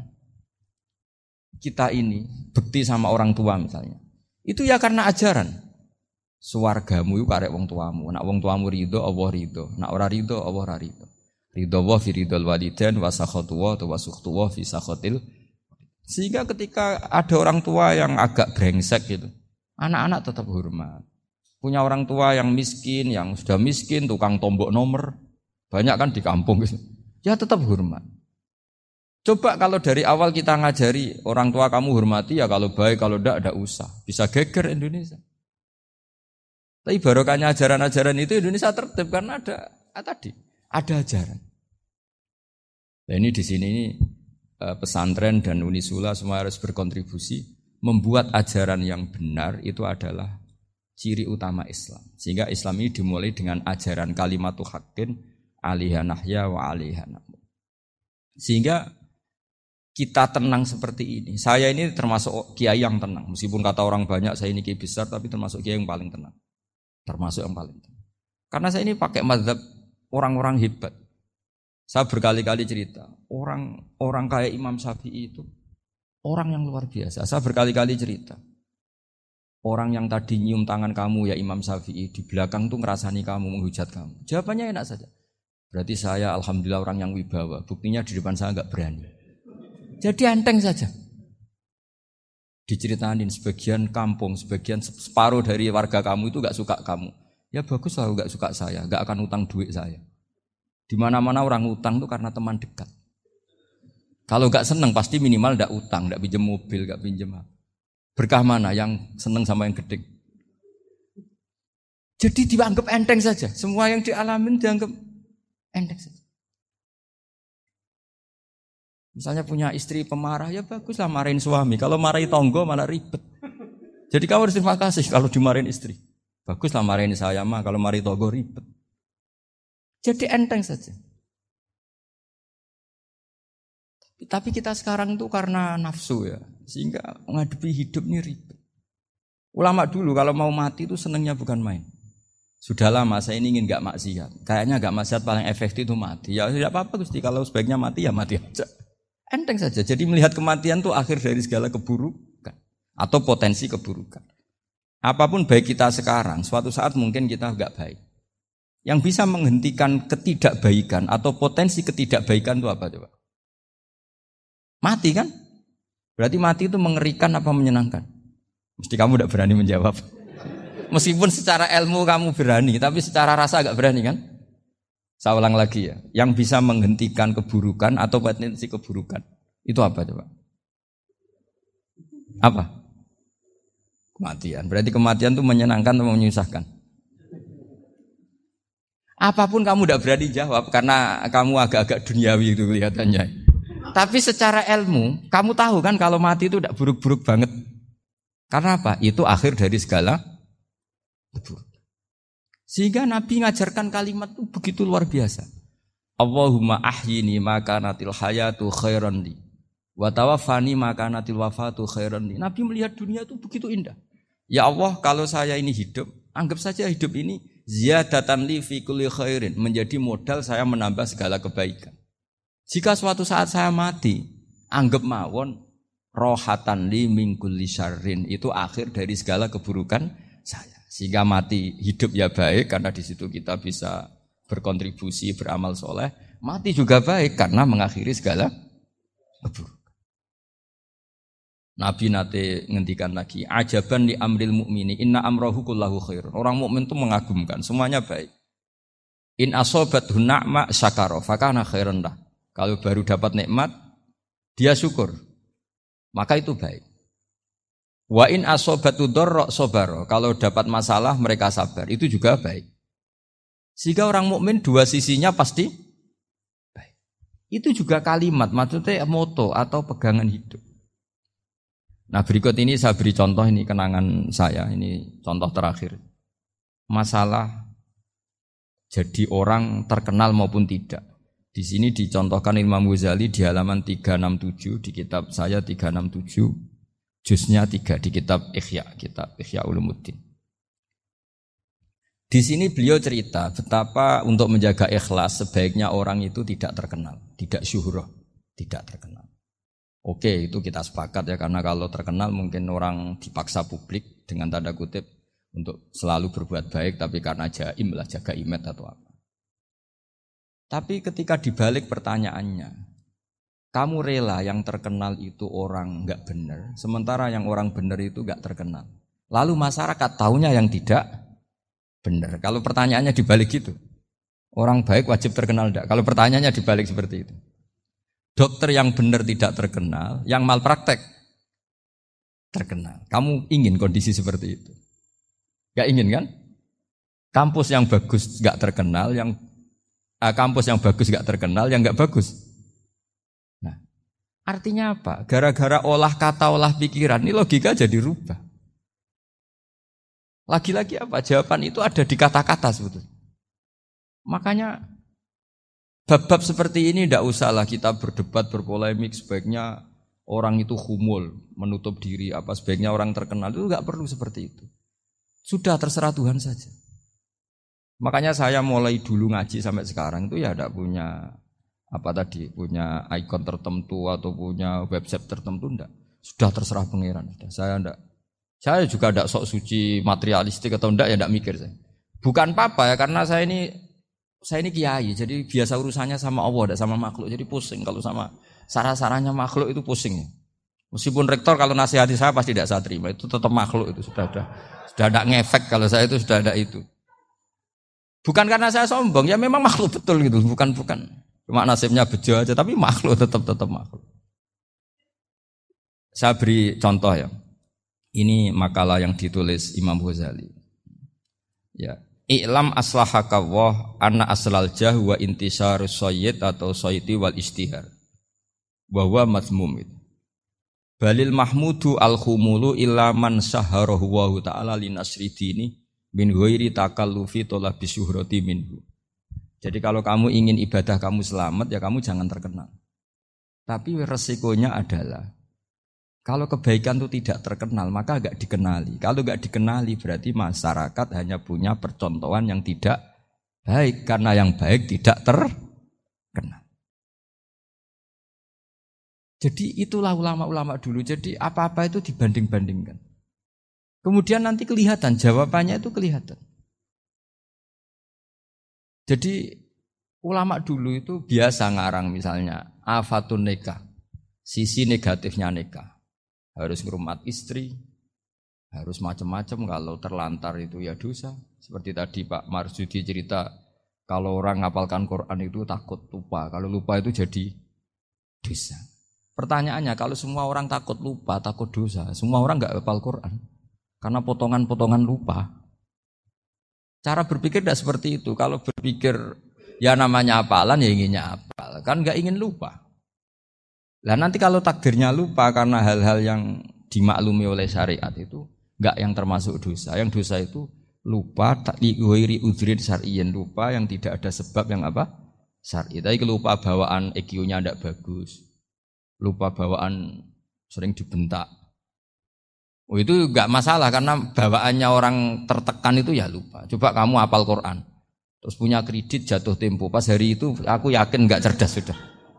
[SPEAKER 2] kita ini bekti sama orang tua misalnya. Itu ya karena ajaran. Suwargamu itu karek wong tuamu. Nak wong tuamu ridho, Allah ridho. Nak ora ridho, Allah ora ridho. Ridho wa fi ridhol walidain wa sakhatu wa wa sukhtu wa fi sakhatil. Sehingga ketika ada orang tua yang agak brengsek gitu, anak-anak tetap hormat. Punya orang tua yang miskin, yang sudah miskin, tukang tombok nomor, banyak kan di kampung gitu. Ya tetap hormat. Coba kalau dari awal kita ngajari orang tua kamu hormati ya kalau baik, kalau tidak, tidak usah. Bisa geger Indonesia. Tapi barokahnya ajaran-ajaran itu Indonesia tertib karena ada ah, tadi ada ajaran. Nah ini di sini ini pesantren dan Unisula semua harus berkontribusi membuat ajaran yang benar itu adalah ciri utama Islam. Sehingga Islam ini dimulai dengan ajaran kalimatu haqqin alaiha nahya wa alaiha namut. Sehingga kita tenang seperti ini. Saya ini termasuk kiai yang tenang. Meskipun kata orang banyak saya ini kiai besar, tapi termasuk kiai yang paling tenang. Termasuk yang paling tenang. Karena saya ini pakai mazhab orang-orang hebat. Saya berkali-kali cerita, orang-orang kayak Imam Syafi'i itu orang yang luar biasa. Saya berkali-kali cerita. Orang yang tadi nyium tangan kamu ya Imam Syafi'i, di belakang tuh ngerasani kamu, menghujat kamu. Jawabannya enak saja. Berarti saya alhamdulillah orang yang wibawa. Buktinya di depan saya enggak berani. Jadi enteng saja. Diceritain sebagian kampung, sebagian separuh dari warga kamu itu enggak suka kamu. Ya bagus lah enggak suka saya, enggak akan utang duit saya. Di mana-mana orang utang itu karena teman dekat. Kalau enggak senang pasti minimal enggak utang, enggak pinjam mobil, enggak pinjam apa. Berkah mana yang senang sama yang gede? Jadi dianggap enteng saja. Semua yang dialamin dianggap enteng saja. Misalnya punya istri pemarah, ya baguslah marahin suami. Kalau marahin tonggo malah ribet. Jadi kamu harus terima kasih kalau dimarahin istri. Baguslah marahin saya mah, kalau marahin tonggo ribet. Jadi enteng saja. Tapi kita sekarang itu karena nafsu ya, sehingga menghadapi hidup ini ribet. Ulama dulu kalau mau mati itu senangnya bukan main. Sudah lama saya ini ingin gak maksiat. Kayaknya gak maksiat paling efektif itu mati. Ya tidak apa-apa Gusti, kalau sebaiknya mati ya mati aja. Enteng saja. Jadi melihat kematian itu akhir dari segala keburukan atau potensi keburukan. Apapun baik kita sekarang, suatu saat mungkin kita gak baik. Yang bisa menghentikan ketidakbaikan atau potensi ketidakbaikan itu apa coba? Mati kan? Berarti mati itu mengerikan apa menyenangkan? Mesti kamu tidak berani menjawab. Meskipun secara ilmu kamu berani, tapi secara rasa agak berani kan? Saya ulang lagi ya. Yang bisa menghentikan keburukan atau potensi keburukan. Itu apa coba? Apa? Kematian. Berarti kematian itu menyenangkan atau menyusahkan? Apapun kamu tidak berani jawab karena kamu agak-agak duniawi itu kelihatannya. Tapi secara ilmu, kamu tahu kan kalau mati itu tidak buruk-buruk banget. Karena apa? Itu akhir dari segala keburukan. Sehingga Nabi ngajarkan kalimat itu begitu luar biasa. Allahumma ahyini makanatil hayatu khairan li wa tawaffani makanatil wafatu khairan li. Nabi melihat dunia itu begitu indah. Ya Allah, kalau saya ini hidup, anggap saja hidup ini ziyadatan li fi kulli khairin, menjadi modal saya menambah segala kebaikan. Jika suatu saat saya mati, anggap mawon rohatan li min kulli syarrin, itu akhir dari segala keburukan saya. Sehingga mati hidup ya baik karena di situ kita bisa berkontribusi beramal soleh. Mati juga baik karena mengakhiri segala keburukan. Nabi nate ngendikan lagi, ajaban li amril mu'mini inna amrahu kullahu khair. Orang mukmin itu mengagumkan, semuanya baik. In asobathu na'ma syakara fakana khairan lah. Kalau baru dapat nikmat, dia syukur, maka itu baik. Wa in asobatu dharra sabara. Kalau dapat masalah mereka sabar, itu juga baik. Sehingga orang mukmin dua sisinya pasti baik. Itu juga kalimat, maksudnya moto atau pegangan hidup. Nah berikut ini saya beri contoh, ini kenangan saya, ini contoh terakhir. Masalah jadi orang terkenal maupun tidak. Di sini dicontohkan Imam Ghazali di halaman tiga enam tujuh di kitab saya tiga enam tujuh. Juznya tiga di kitab Ihya, kitab Ihya Ulumuddin. Di sini beliau cerita betapa untuk menjaga ikhlas sebaiknya orang itu tidak terkenal, tidak syuhrah, tidak terkenal. Oke, itu kita sepakat ya, karena kalau terkenal mungkin orang dipaksa publik dengan tanda kutip untuk selalu berbuat baik, tapi karena jaim lah, jaga image atau apa. Tapi ketika dibalik pertanyaannya, Kamu rela yang terkenal itu orang nggak benar, sementara yang orang benar itu nggak terkenal. Lalu masyarakat taunya yang tidak benar. Kalau pertanyaannya dibalik gitu, orang baik wajib terkenal enggak? Kalau pertanyaannya dibalik seperti itu. Dokter yang benar tidak terkenal, yang malpraktek terkenal. Kamu ingin kondisi seperti itu? Gak ingin kan? Kampus yang bagus gak terkenal, yang eh, kampus yang bagus gak terkenal, yang gak bagus. Nah, artinya apa? Gara-gara olah kata, olah pikiran, ini logika jadi rubah. Lagi-lagi apa? Jawaban itu ada di kata-kata sebetulnya. Makanya bab-bab seperti ini tidak usahlah kita berdebat, berpolemik. Sebaiknya orang itu humul, menutup diri. Apa sebaiknya orang terkenal itu nggak perlu seperti itu. Sudah terserah Tuhan saja. Makanya saya mulai dulu ngaji sampai sekarang itu ya tidak punya apa tadi, punya ikon tertentu atau punya website tertentu enggak. Sudah terserah pangeran. Saya enggak. Saya juga tidak sok suci materialistik atau enggak ya enggak mikir saya. Bukan apa-apa ya karena saya ini saya ini kiai, jadi biasa urusannya sama Allah, tidak sama makhluk. Jadi pusing kalau sama sarah-sarahnya makhluk itu pusing. Meskipun rektor kalau nasihati saya pasti tidak saya terima, itu tetap makhluk itu sudah ada, sudah ada ngefek kalau saya itu sudah ada itu. Bukan karena saya sombong, ya memang makhluk betul gitu, bukan bukan. Cuma nasibnya bejo aja, tapi makhluk tetap tetap makhluk. Saya beri contoh ya. Ini makalah yang ditulis Imam Ghazali. Ya. I'lam aslahaka Allah anna aslal jah wa intisarus sayyid atau sayyidi wal istihar. Wa huwa mazmum itu. Balil mahmudu al-khumulu illa man saharahu wa ta'ala linasri dini min ghairi takallufi talabi syuhrati minhu. Jadi kalau kamu ingin ibadah kamu selamat ya kamu jangan terkenal. Tapi resikonya adalah kalau kebaikan itu tidak terkenal, maka enggak dikenali. Kalau enggak dikenali berarti masyarakat hanya punya percontohan yang tidak baik. Karena yang baik tidak terkenal. Jadi itulah ulama-ulama dulu. Jadi apa-apa itu dibanding-bandingkan. Kemudian nanti kelihatan, jawabannya itu kelihatan. Jadi ulama dulu itu biasa ngarang misalnya afatun nikah, sisi negatifnya nikah. Harus ngurmat istri, harus macam-macam, kalau terlantar itu ya dosa. Seperti tadi Pak Marsudi cerita, kalau orang ngapalkan Quran itu takut lupa, kalau lupa itu jadi dosa. Pertanyaannya, kalau semua orang takut lupa, takut dosa, semua orang enggak hafal Quran karena potongan-potongan lupa. Cara berpikir tidak seperti itu. Kalau berpikir ya namanya hafalan ya inginnya hafal, kan enggak ingin lupa. Lah nanti kalau takdirnya lupa karena hal-hal yang dimaklumi oleh syariat itu enggak yang termasuk dosa. Yang dosa itu lupa takliwiri udhrin syar'iyyan, lupa yang tidak ada sebab yang apa? Syar'i. Tapi lupa bawaan E Q-nya enggak bagus. Lupa bawaan sering dibentak. Oh itu enggak masalah karena bawaannya orang tertekan itu ya lupa. Coba kamu hafal Quran. Terus punya kredit jatuh tempo. Pas hari itu aku yakin enggak cerdas sudah.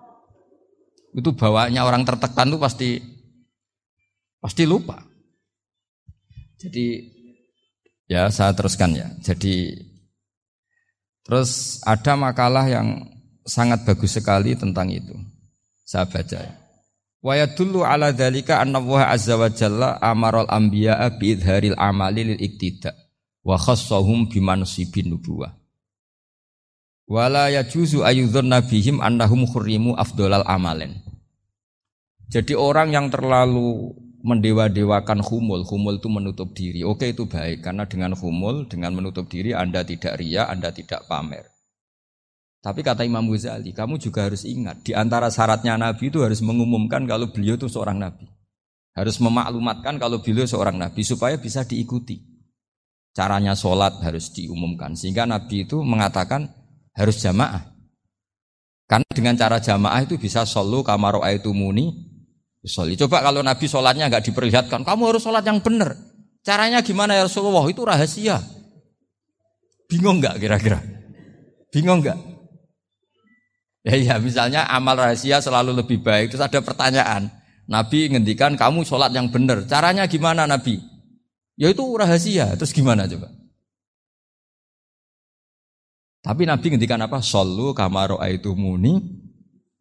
[SPEAKER 2] Itu bawaannya orang tertekan itu pasti pasti lupa. Jadi ya saya teruskan ya. Jadi terus ada makalah yang sangat bagus sekali tentang itu. Saya baca ya. Wa yadullu ala dzalika anna Allah azza wa jalla amaral anbiya'a bi idharil amali lil iktida wa khassahum bimansibin nubuwah. Wala yajuzu ayyudhanna bihim annahum khurrimu afdolal amalen. Jadi orang yang terlalu mendewa-dewakan khumul, khumul itu menutup diri. Oke itu baik karena dengan khumul, dengan menutup diri Anda tidak riya, Anda tidak pamer. Tapi kata Imam Ghazali, kamu juga harus ingat di antara syaratnya Nabi itu harus mengumumkan kalau beliau itu seorang Nabi. Harus memaklumatkan kalau beliau seorang Nabi supaya bisa diikuti. Caranya sholat harus diumumkan sehingga Nabi itu mengatakan harus jamaah. Karena dengan cara jamaah itu bisa shollu kama ra'aitumuni sholli. Coba kalau Nabi sholatnya enggak diperlihatkan, kamu harus sholat yang benar. Caranya gimana ya Rasulullah? Itu rahasia. Bingung enggak kira-kira? Bingung enggak? Ya ya misalnya amal rahasia selalu lebih baik. Terus ada pertanyaan, Nabi ngendikan kamu sholat yang benar. Caranya gimana Nabi? Ya itu rahasia. Terus gimana coba? Tapi Nabi ngendikan apa? Shollu kama ra'aitumuni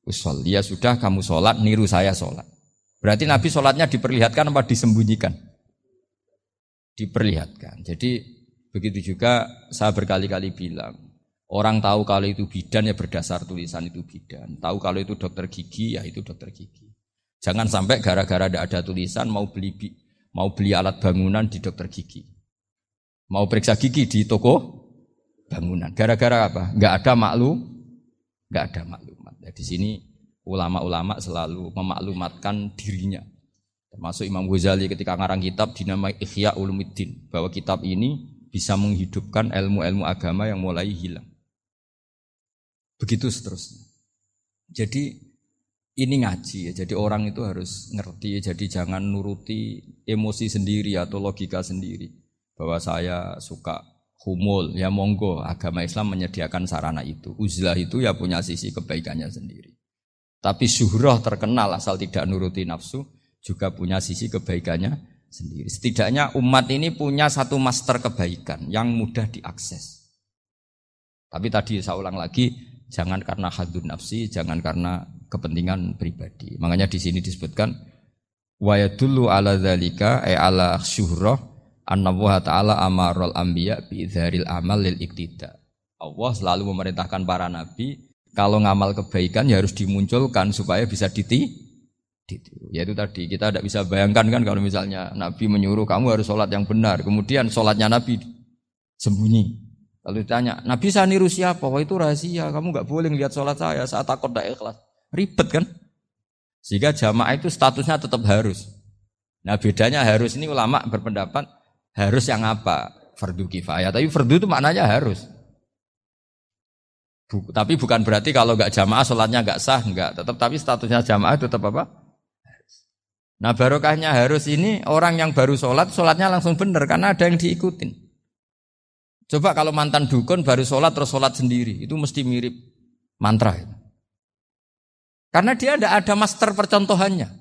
[SPEAKER 2] Usolli, ya sudah kamu sholat, niru saya sholat. Berarti Nabi sholatnya diperlihatkan apa disembunyikan? Diperlihatkan. Jadi begitu juga saya berkali-kali bilang, orang tahu kalau itu bidan ya berdasar tulisan itu bidan. Tahu kalau itu dokter gigi ya itu dokter gigi. Jangan sampai gara-gara tidak ada tulisan mau beli mau beli alat bangunan di dokter gigi. Mau periksa gigi di toko bangunan. Gara-gara apa? Enggak ada maklum, enggak ada maklumat. Nah, di sini ulama-ulama selalu memaklumatkan dirinya. Termasuk Imam Ghazali ketika ngarang kitab dinamai Ihya Ulumuddin, bahwa kitab ini bisa menghidupkan ilmu-ilmu agama yang mulai hilang. Begitu seterusnya. Jadi ini ngaji ya. Jadi orang itu harus ngerti ya. Jadi jangan nuruti emosi sendiri atau logika sendiri. Bahwa saya suka humul, ya monggo, agama Islam menyediakan sarana itu. Uzlah itu ya punya sisi kebaikannya sendiri. Tapi syuhrah terkenal asal tidak nuruti nafsu juga punya sisi kebaikannya sendiri. Setidaknya umat ini punya satu master kebaikan yang mudah diakses. Tapi tadi saya ulang lagi, jangan karena hadun nafsi, jangan karena kepentingan pribadi. Makanya di sini disebutkan wa yadullu ala dzalika ay ala syuhrah anna Allah Ta'ala amarul anbiya bi dzaril amal lil iktida. Allah selalu memerintahkan para nabi kalau ngamal kebaikan ya harus dimunculkan supaya bisa diti yaitu tadi kita tidak bisa bayangkan kan kalau misalnya Nabi menyuruh kamu harus sholat yang benar, kemudian sholatnya Nabi sembunyi. Lalu ditanya, Nabi saya niru siapa? Wah itu rahasia, kamu nggak boleh lihat sholat saya, saya takut tidak ikhlas. Ribet kan? Sehingga jamaah itu statusnya tetap harus. Nah bedanya harus ini ulama berpendapat harus yang apa? Fardu kifayah. Tapi fardu itu maknanya harus. Buk, tapi bukan berarti kalau nggak jamaah sholatnya nggak sah, nggak. Tetap tapi statusnya jamaah tetap apa? Nah barokahnya harus ini orang yang baru sholat, sholatnya langsung benar karena ada yang diikutin. Coba kalau mantan dukun baru sholat terus sholat sendiri, itu mesti mirip mantra. Karena dia tidak ada master percontohannya.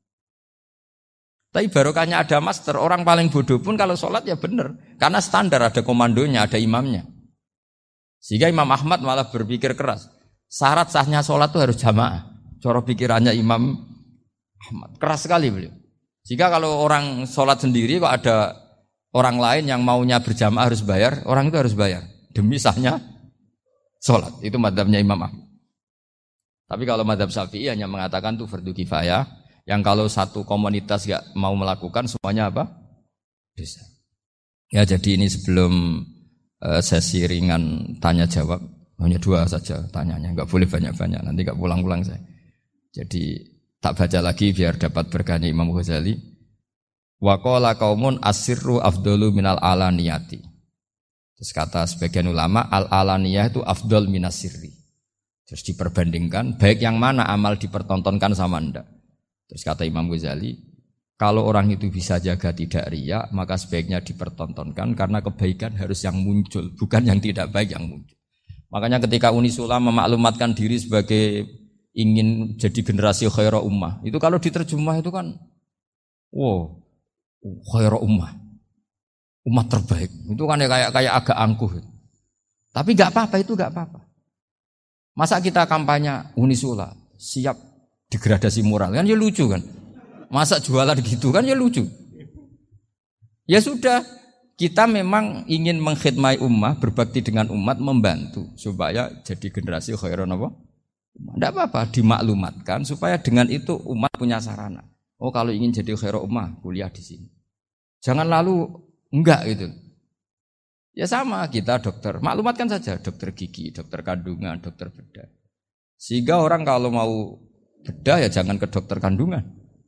[SPEAKER 2] Tapi barokahnya ada master, orang paling bodoh pun kalau sholat ya benar. Karena standar ada komandonya, ada imamnya. Sehingga Imam Ahmad malah berpikir keras. Syarat sahnya sholat itu harus jamaah. Cara pikirannya Imam Ahmad. Keras sekali beliau. Jika kalau orang sholat sendiri kok ada orang lain yang maunya berjamaah harus bayar, orang itu harus bayar. Demi sahnya sholat. Itu madzhabnya Imam Ahmad. Tapi kalau madzhab Syafi'i hanya mengatakan itu fardu kifayah. Yang kalau satu komunitas gak mau melakukan semuanya apa? Bisa. Ya jadi ini sebelum uh, sesi ringan tanya jawab. Hanya dua saja tanyanya. Gak boleh banyak-banyak. Nanti gak pulang-pulang saya. Jadi tak baca lagi biar dapat berkahnya Imam Ghazali. Wa qala qaumun asirru afdalu minal alaniyati. Terus kata sebagian ulama al-alaniyah itu afdal minas sirri. Terus diperbandingkan baik yang mana amal dipertontonkan sama ndak. Terus kata Imam Ghazali, kalau orang itu bisa jaga tidak riya, maka sebaiknya dipertontonkan karena kebaikan harus yang muncul, bukan yang tidak baik yang muncul. Makanya ketika Unisula memaklumatkan diri sebagai ingin jadi generasi khairah ummah, itu kalau diterjemah itu kan wow, khairah ummah, umat terbaik. Itu kan ya kayak kayak agak angkuh. Tapi enggak apa-apa, itu enggak apa-apa. Masa kita kampanye Unisula siap degradasi moral, kan ya lucu kan. Masa jualan gitu kan ya lucu. Ya sudah, kita memang ingin mengkhidmati ummah, berbakti dengan umat, membantu supaya jadi generasi khairah apa? Tidak apa-apa, dimaklumatkan supaya dengan itu umat punya sarana. Oh kalau ingin jadi khairah ummah, kuliah di sini. Jangan lalu enggak gitu. Ya sama kita dokter, maklumatkan saja dokter gigi, dokter kandungan, dokter bedah. Sehingga orang kalau mau bedah ya jangan ke dokter kandungan.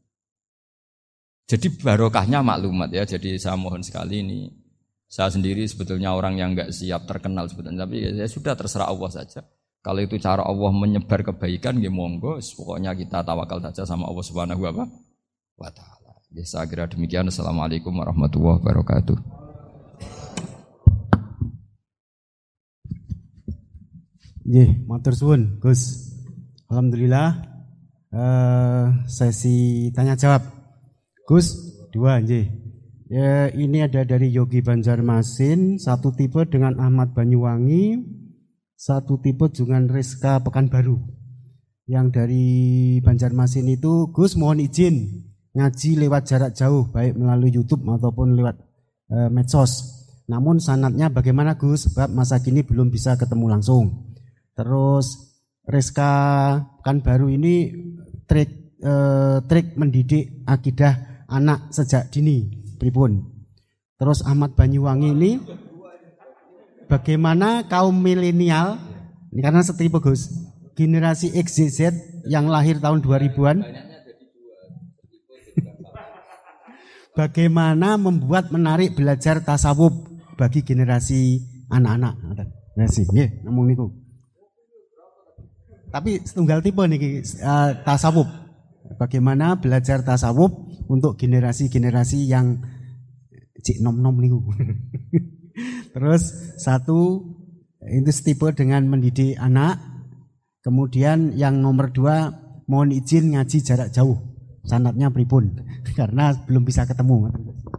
[SPEAKER 2] Jadi barokahnya maklumat ya. Jadi saya mohon sekali ini, saya sendiri sebetulnya orang yang enggak siap terkenal sebetulnya, tapi ya sudah terserah Allah saja. Kalau itu cara Allah menyebar kebaikan, ya monggo. Pokoknya kita tawakal saja sama Allah Subhanahu wa taala. Ya saya kira demikian. Assalamualaikum warahmatullahi wabarakatuh.
[SPEAKER 3] Nggih, matur suwun, Gus. Alhamdulillah uh, sesi tanya jawab. Gus, dua nggih. Ya, ini ada dari Yogi Banjarmasin, satu tipe dengan Ahmad Banyuwangi, satu tipe dengan Rizka Pekanbaru. yang dari Banjarmasin itu, Gus mohon izin ngaji lewat jarak jauh, baik melalui YouTube ataupun lewat e, medsos. Namun sanatnya bagaimana Gus? Sebab masa kini belum bisa ketemu langsung. Terus Reska kan baru ini trik e, trik mendidik akidah anak sejak dini, pripun. Terus Ahmad Banyuwangi ini bagaimana kaum milenial, ini karena setipe Gus, generasi X Z yang lahir tahun dua ribuan, bagaimana membuat menarik belajar tasawuf bagi generasi anak-anak. Nggih, nggih, ngomong niku. Tapi setunggal tipe niki uh, tasawuf. Bagaimana belajar tasawuf untuk generasi-generasi yang cik nom-nom niku. Terus satu itu tipe dengan mendidik anak. Kemudian yang nomor dua mohon izin ngaji jarak jauh. Sanatnya pripun karena belum bisa ketemu.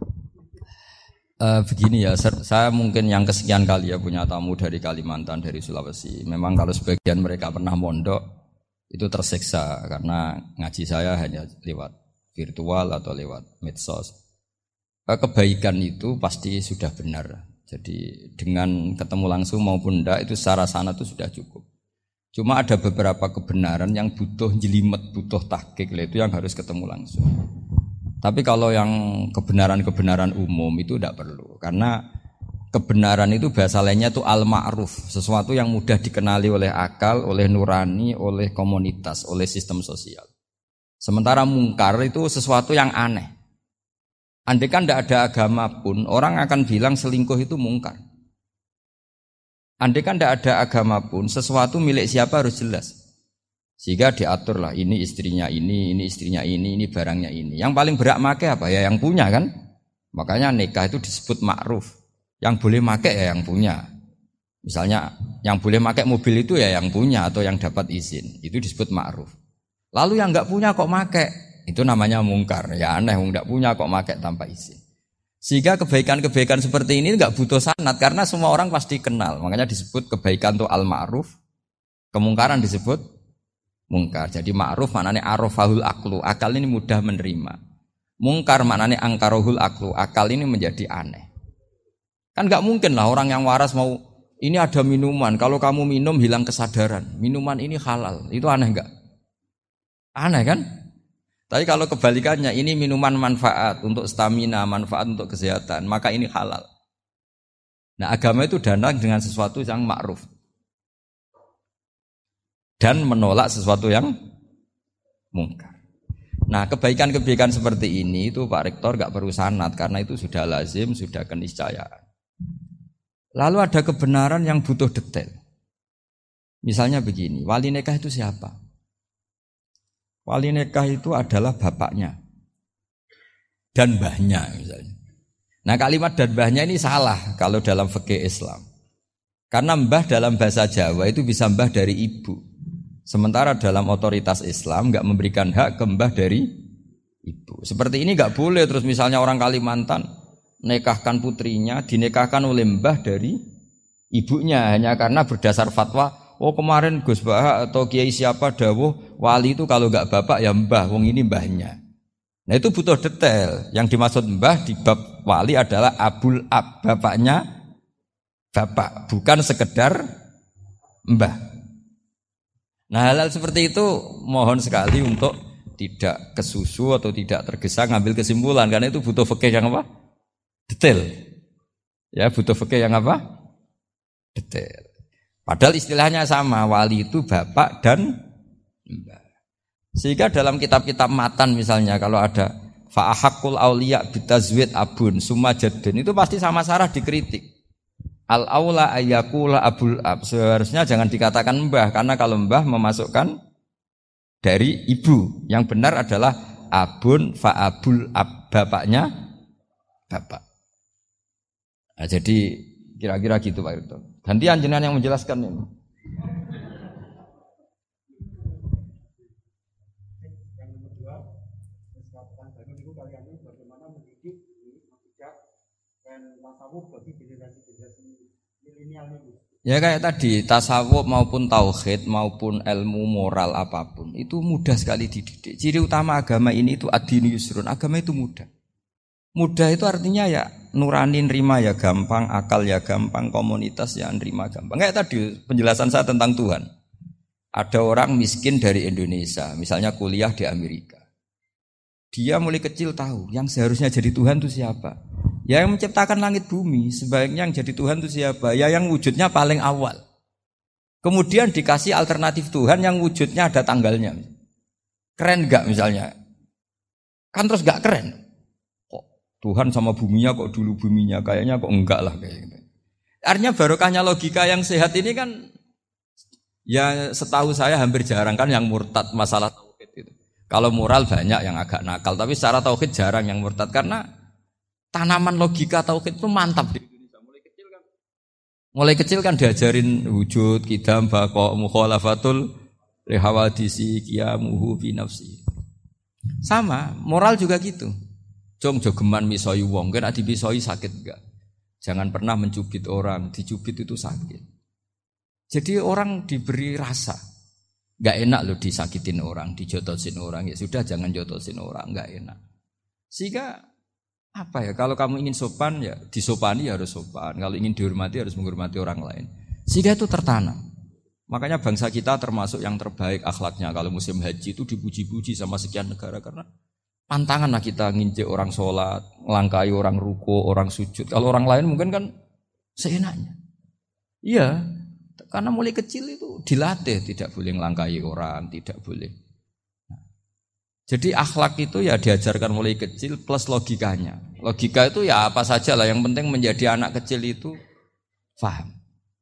[SPEAKER 2] Uh, begini ya, saya mungkin yang kesekian kali ya punya tamu dari Kalimantan, dari Sulawesi. Memang kalau sebagian mereka pernah mondok itu tersiksa karena ngaji saya hanya lewat virtual atau lewat medsos. Uh, kebaikan itu pasti sudah benar. Jadi dengan ketemu langsung maupun enggak itu secara sana itu sudah cukup. Cuma ada beberapa kebenaran yang butuh jelimet, butuh tahqiq, itu yang harus ketemu langsung. Tapi kalau yang kebenaran-kebenaran umum itu tidak perlu. Karena kebenaran itu bahasa lainnya itu al-ma'ruf. Sesuatu yang mudah dikenali oleh akal, oleh nurani, oleh komunitas, oleh sistem sosial. Sementara mungkar itu sesuatu yang aneh. Andai kan tidak ada agama pun, orang akan bilang selingkuh itu mungkar. Andai kan tidak ada agama pun, sesuatu milik siapa harus jelas. Sehingga diaturlah ini istrinya ini, ini istrinya ini, ini barangnya ini. Yang paling berhak make apa? Ya yang punya kan. Makanya nikah itu disebut ma'ruf. Yang boleh make ya yang punya. Misalnya yang boleh make mobil itu ya yang punya atau yang dapat izin. Itu disebut ma'ruf. Lalu yang enggak punya kok make, itu namanya mungkar. Ya aneh, enggak punya kok make tanpa izin. Sehingga kebaikan-kebaikan seperti ini enggak butuh sanad karena semua orang pasti kenal. Makanya disebut kebaikan itu al-ma'ruf. Kemungkaran disebut mungkar. Jadi ma'ruf maknanya arafahul aklu. Akal ini mudah menerima. Mungkar maknanya angkarohul aklu. Akal ini menjadi aneh. Kan enggak mungkin lah orang yang waras mau ini ada minuman. Kalau kamu minum hilang kesadaran. Minuman ini halal. Itu aneh enggak? Aneh kan? Tapi kalau kebalikannya ini minuman manfaat untuk stamina, manfaat untuk kesehatan, maka ini halal. Nah agama itu datang dengan sesuatu yang ma'ruf. Dan menolak sesuatu yang mungkar. Nah kebaikan-kebaikan seperti ini itu Pak Rektor gak perlu sanad karena itu sudah lazim, sudah keniscayaan. Lalu ada kebenaran yang butuh detail. Misalnya begini, wali nikah itu siapa? Wali nikah itu adalah bapaknya dan mbahnya misalnya. Nah kalimat dan mbahnya ini salah kalau dalam fikih Islam. Karena mbah dalam bahasa Jawa itu bisa mbah dari ibu. Sementara dalam otoritas Islam enggak memberikan hak ke mbah dari ibu. Seperti ini enggak boleh terus misalnya orang Kalimantan nikahkan putrinya dinikahkan oleh mbah dari ibunya hanya karena berdasar fatwa, oh kemarin Gus Bah atau Kiai siapa dawuh wali itu kalau enggak bapak ya mbah, wong ini mbahnya. Nah itu butuh detail. Yang dimaksud mbah di bab wali adalah abul ab, bapaknya bapak, bukan sekedar mbah. Nah hal-hal seperti itu mohon sekali untuk tidak kesusu atau tidak tergesa ngambil kesimpulan karena itu butuh fikih yang apa? Detail. Ya butuh fikih yang apa? Detail. Padahal istilahnya sama, wali itu bapak dan mbah. Sehingga dalam kitab-kitab matan misalnya kalau ada fa'ahakul auliya bitazwid abun summa jaddun itu pasti sama Sarah dikritik. Al-aula ayyakula abul ab. Seharusnya jangan dikatakan mbah karena kalau mbah memasukkan dari ibu. Yang benar adalah abun fa'abul ab, bapaknya bapak. Nah, jadi kira-kira gitu Pak Irto. Gantian jenengan yang menjelaskan ini.
[SPEAKER 3] Yang kedua, kalian ini bagaimana mendidik akidah dan tasawuf bagi generasi-generasi milenial ini.
[SPEAKER 2] Ya kayak tadi, tasawuf maupun tauhid maupun ilmu moral apapun itu mudah sekali dididik. Ciri utama agama ini itu ad-dinu yusrun, agama itu mudah. Mudah itu artinya ya nurani nerima ya gampang, akal ya gampang, komunitas ya nerima gampang. Kayak tadi penjelasan saya tentang Tuhan. Ada orang miskin dari Indonesia, misalnya kuliah di Amerika. Dia mulai kecil tahu yang seharusnya jadi Tuhan itu siapa. Ya yang menciptakan langit bumi, sebaiknya yang jadi Tuhan itu siapa? Ya yang wujudnya paling awal. Kemudian dikasih alternatif Tuhan yang wujudnya ada tanggalnya. Keren gak misalnya? Kan terus gak keren. Kok Tuhan sama buminya kok dulu buminya? Kayaknya kok enggak lah kayak gitu. Artinya barokahnya logika yang sehat ini kan, ya setahu saya hampir jarang kan yang murtad masalah tauhid itu. Kalau moral banyak yang agak nakal, tapi secara tauhid jarang yang murtad karena tanaman logika tauhid itu mantap di Indonesia. Mulai kecil kan, mulai kecil kan diajarin wujud, qidam, baqa, mukhalafatul lihawadisi, qiyamuhu fi nafsi. Sama, moral juga gitu. Jong jogeman misoi wong, kan adi misoi sakit enggak? Jangan pernah mencubit orang, dicubit itu sakit. Jadi orang diberi rasa. Enggak enak loh disakitin orang, dijotosin orang. Ya sudah jangan jotosin orang, enggak enak. Sehingga apa ya, kalau kamu ingin sopan ya disopani ya harus sopan, kalau ingin dihormati harus menghormati orang lain, sehingga itu tertanam. Makanya bangsa kita termasuk yang terbaik akhlaknya. Kalau musim haji itu dipuji-puji sama sekian negara karena pantangan lah kita nginjek orang sholat, melangkai orang ruko, orang sujud. Kalau orang lain mungkin kan seenaknya. Iya, karena mulai kecil itu dilatih tidak boleh melangkai orang, tidak boleh. Jadi akhlak itu ya diajarkan mulai kecil plus logikanya. Logika itu ya apa saja lah, yang penting menjadi anak kecil itu paham.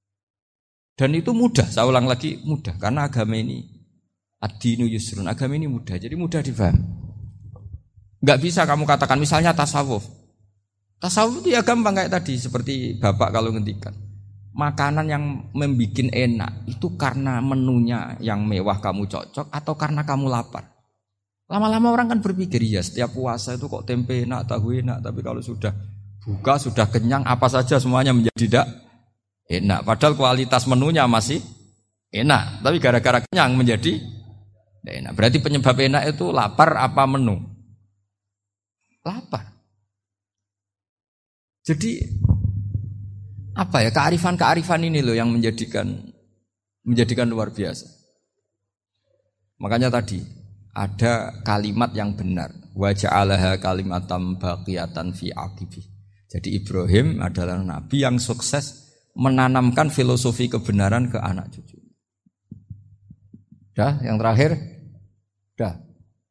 [SPEAKER 2] Dan itu mudah, saya ulang lagi mudah. Karena agama ini ad-dinu yusrun, agama ini mudah, jadi mudah difahami. Enggak bisa kamu katakan misalnya tasawuf. Tasawuf itu ya gampang kayak tadi, seperti Bapak kalau ngendikan. Makanan yang membuat enak itu karena menunya yang mewah kamu cocok atau karena kamu lapar. Lama-lama orang kan berpikir, ya setiap puasa itu kok tempe enak, tahu enak. Tapi kalau sudah buka, sudah kenyang, apa saja semuanya menjadi tidak enak. Padahal kualitas menunya masih enak. Tapi gara-gara kenyang menjadi tidak enak. Berarti penyebab enak itu lapar apa menu? Lapar. Jadi apa ya, kearifan-kearifan ini loh yang menjadikan menjadikan luar biasa. Makanya tadi ada kalimat yang benar, wa ja'alaha kalimatam baqiyatan fi aqibi. Jadi Ibrahim adalah nabi yang sukses menanamkan filosofi kebenaran ke anak cucu. Dah, yang terakhir? Dah.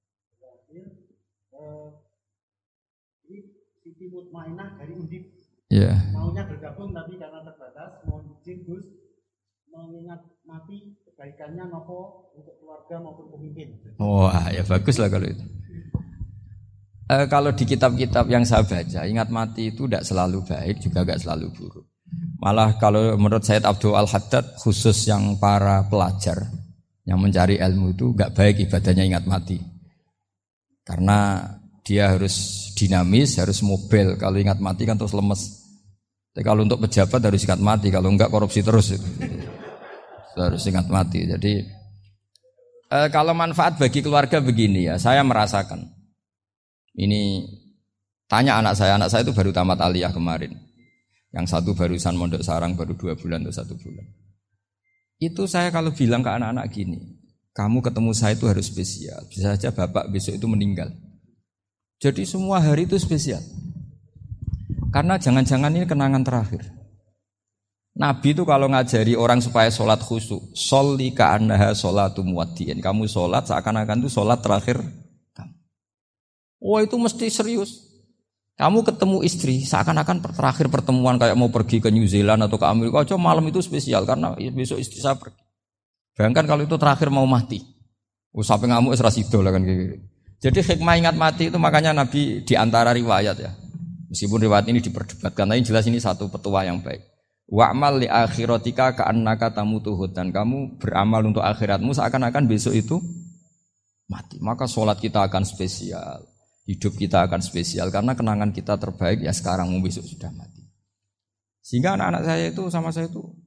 [SPEAKER 3] Ini Siti Mutmainah dari Undip.
[SPEAKER 2] Iya. Yeah.
[SPEAKER 3] Maunya bergabung tapi karena terbatas, mau izin Gus mengingat mati kebaikannya nopo untuk keluarga maupun pemimpin.
[SPEAKER 2] Wah, ya bagus lah kalau itu. E, kalau di kitab-kitab yang saya baca, ingat mati itu tidak selalu baik, juga tidak selalu buruk. Malah kalau menurut Sayyid Abdul Al-Haddad, khusus yang para pelajar yang mencari ilmu itu tidak baik ibadahnya ingat mati. Karena dia harus dinamis, harus mobil. Kalau ingat mati kan terus lemes. Tapi kalau untuk pejabat harus ingat mati, kalau enggak korupsi terus. Harus ingat mati. Jadi e, kalau manfaat bagi keluarga begini ya, saya merasakan. Ini tanya anak saya, anak saya itu baru tamat aliyah kemarin. Yang satu barusan mondok sarang baru dua bulan atau satu bulan. Itu saya kalau bilang ke anak-anak gini, kamu ketemu saya itu harus spesial. Bisa saja bapak besok itu meninggal. Jadi semua hari itu spesial. Karena jangan-jangan ini kenangan terakhir. Nabi itu kalau ngajari orang supaya sholat khusyuk, sholli ka'annaha sholatu muwaddi'in. Kamu sholat seakan-akan itu sholat terakhir kamu. Oh itu mesti serius. Kamu ketemu istri seakan-akan terakhir pertemuan kayak mau pergi ke New Zealand atau ke Amerika aja, malam itu spesial karena besok istri saya pergi. Bayangkan kalau itu terakhir mau mati. Oh sampai ngamuk is rasido lah kan gitu. Jadi hikmah ingat mati itu makanya Nabi di antara riwayat ya. Meskipun riwayat ini diperdebatkan, tapi jelas ini satu petua yang baik. Wa'mal li akhiratika ka'annaka tamutuhud, dan kamu beramal untuk akhiratmu seakan-akan besok itu mati. Maka sholat kita akan spesial, hidup kita akan spesial karena kenangan kita terbaik ya sekarang, besok sudah mati. Sehingga anak-anak saya itu sama saya itu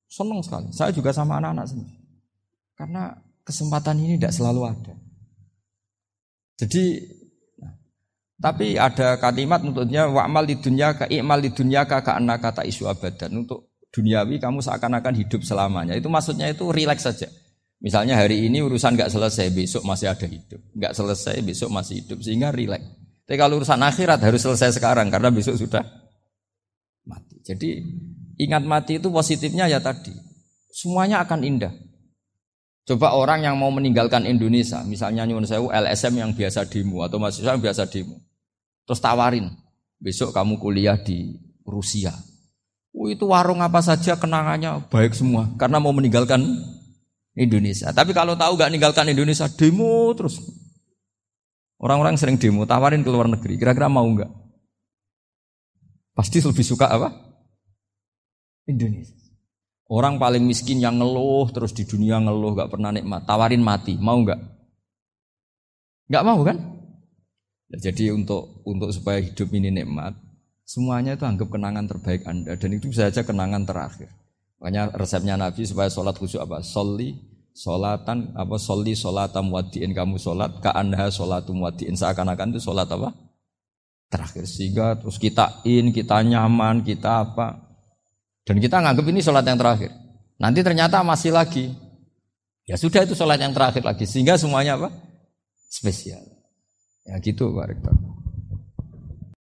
[SPEAKER 2] Senang sekali. Saya juga sama anak-anak senang. Karena kesempatan ini tidak selalu ada. Jadi, nah, tapi ada kalimat untuknya wa'mal di dunia ka i'mal di dunia ka ka'anna kata isu abadan. Untuk duniawi kamu seakan-akan hidup selamanya. Itu maksudnya itu rileks saja. Misalnya hari ini urusan enggak selesai, besok masih ada hidup. Enggak selesai, besok masih hidup. Sehingga rileks. Tapi kalau urusan akhirat harus selesai sekarang karena besok sudah mati. Jadi ingat mati itu positifnya ya tadi. Semuanya akan indah. Coba orang yang mau meninggalkan Indonesia, misalnya nyuwun sewu L S M yang biasa demo atau mahasiswa yang biasa demo. Terus tawarin, besok kamu kuliah di Rusia. Oh, itu warung apa saja kenangannya baik semua karena mau meninggalkan Indonesia. Tapi kalau tahu gak meninggalkan Indonesia, demo terus. Orang-orang sering demo, tawarin ke luar negeri. Kira-kira mau enggak? Pasti lebih suka apa? Indonesia. Orang paling miskin yang ngeluh terus di dunia ngeluh gak pernah nikmat, tawarin mati, mau enggak? Enggak mau kan? Ya, jadi untuk untuk supaya hidup ini nikmat, semuanya itu anggap kenangan terbaik Anda dan itu bisa saja kenangan terakhir. Makanya resepnya Nabi supaya sholat khusyuk apa? Sholli sholatan apa? Sholli sholatam wadiin, kamu sholat ka'anha sholatum wadiin, seakan-akan itu sholat apa? Terakhir. Sehingga terus kita in, kita nyaman, kita apa? Dan kita nganggap ini sholat yang terakhir. Nanti ternyata masih lagi. Ya sudah itu sholat yang terakhir lagi. Sehingga semuanya apa? Spesial. Ya gitu Pak Rektor.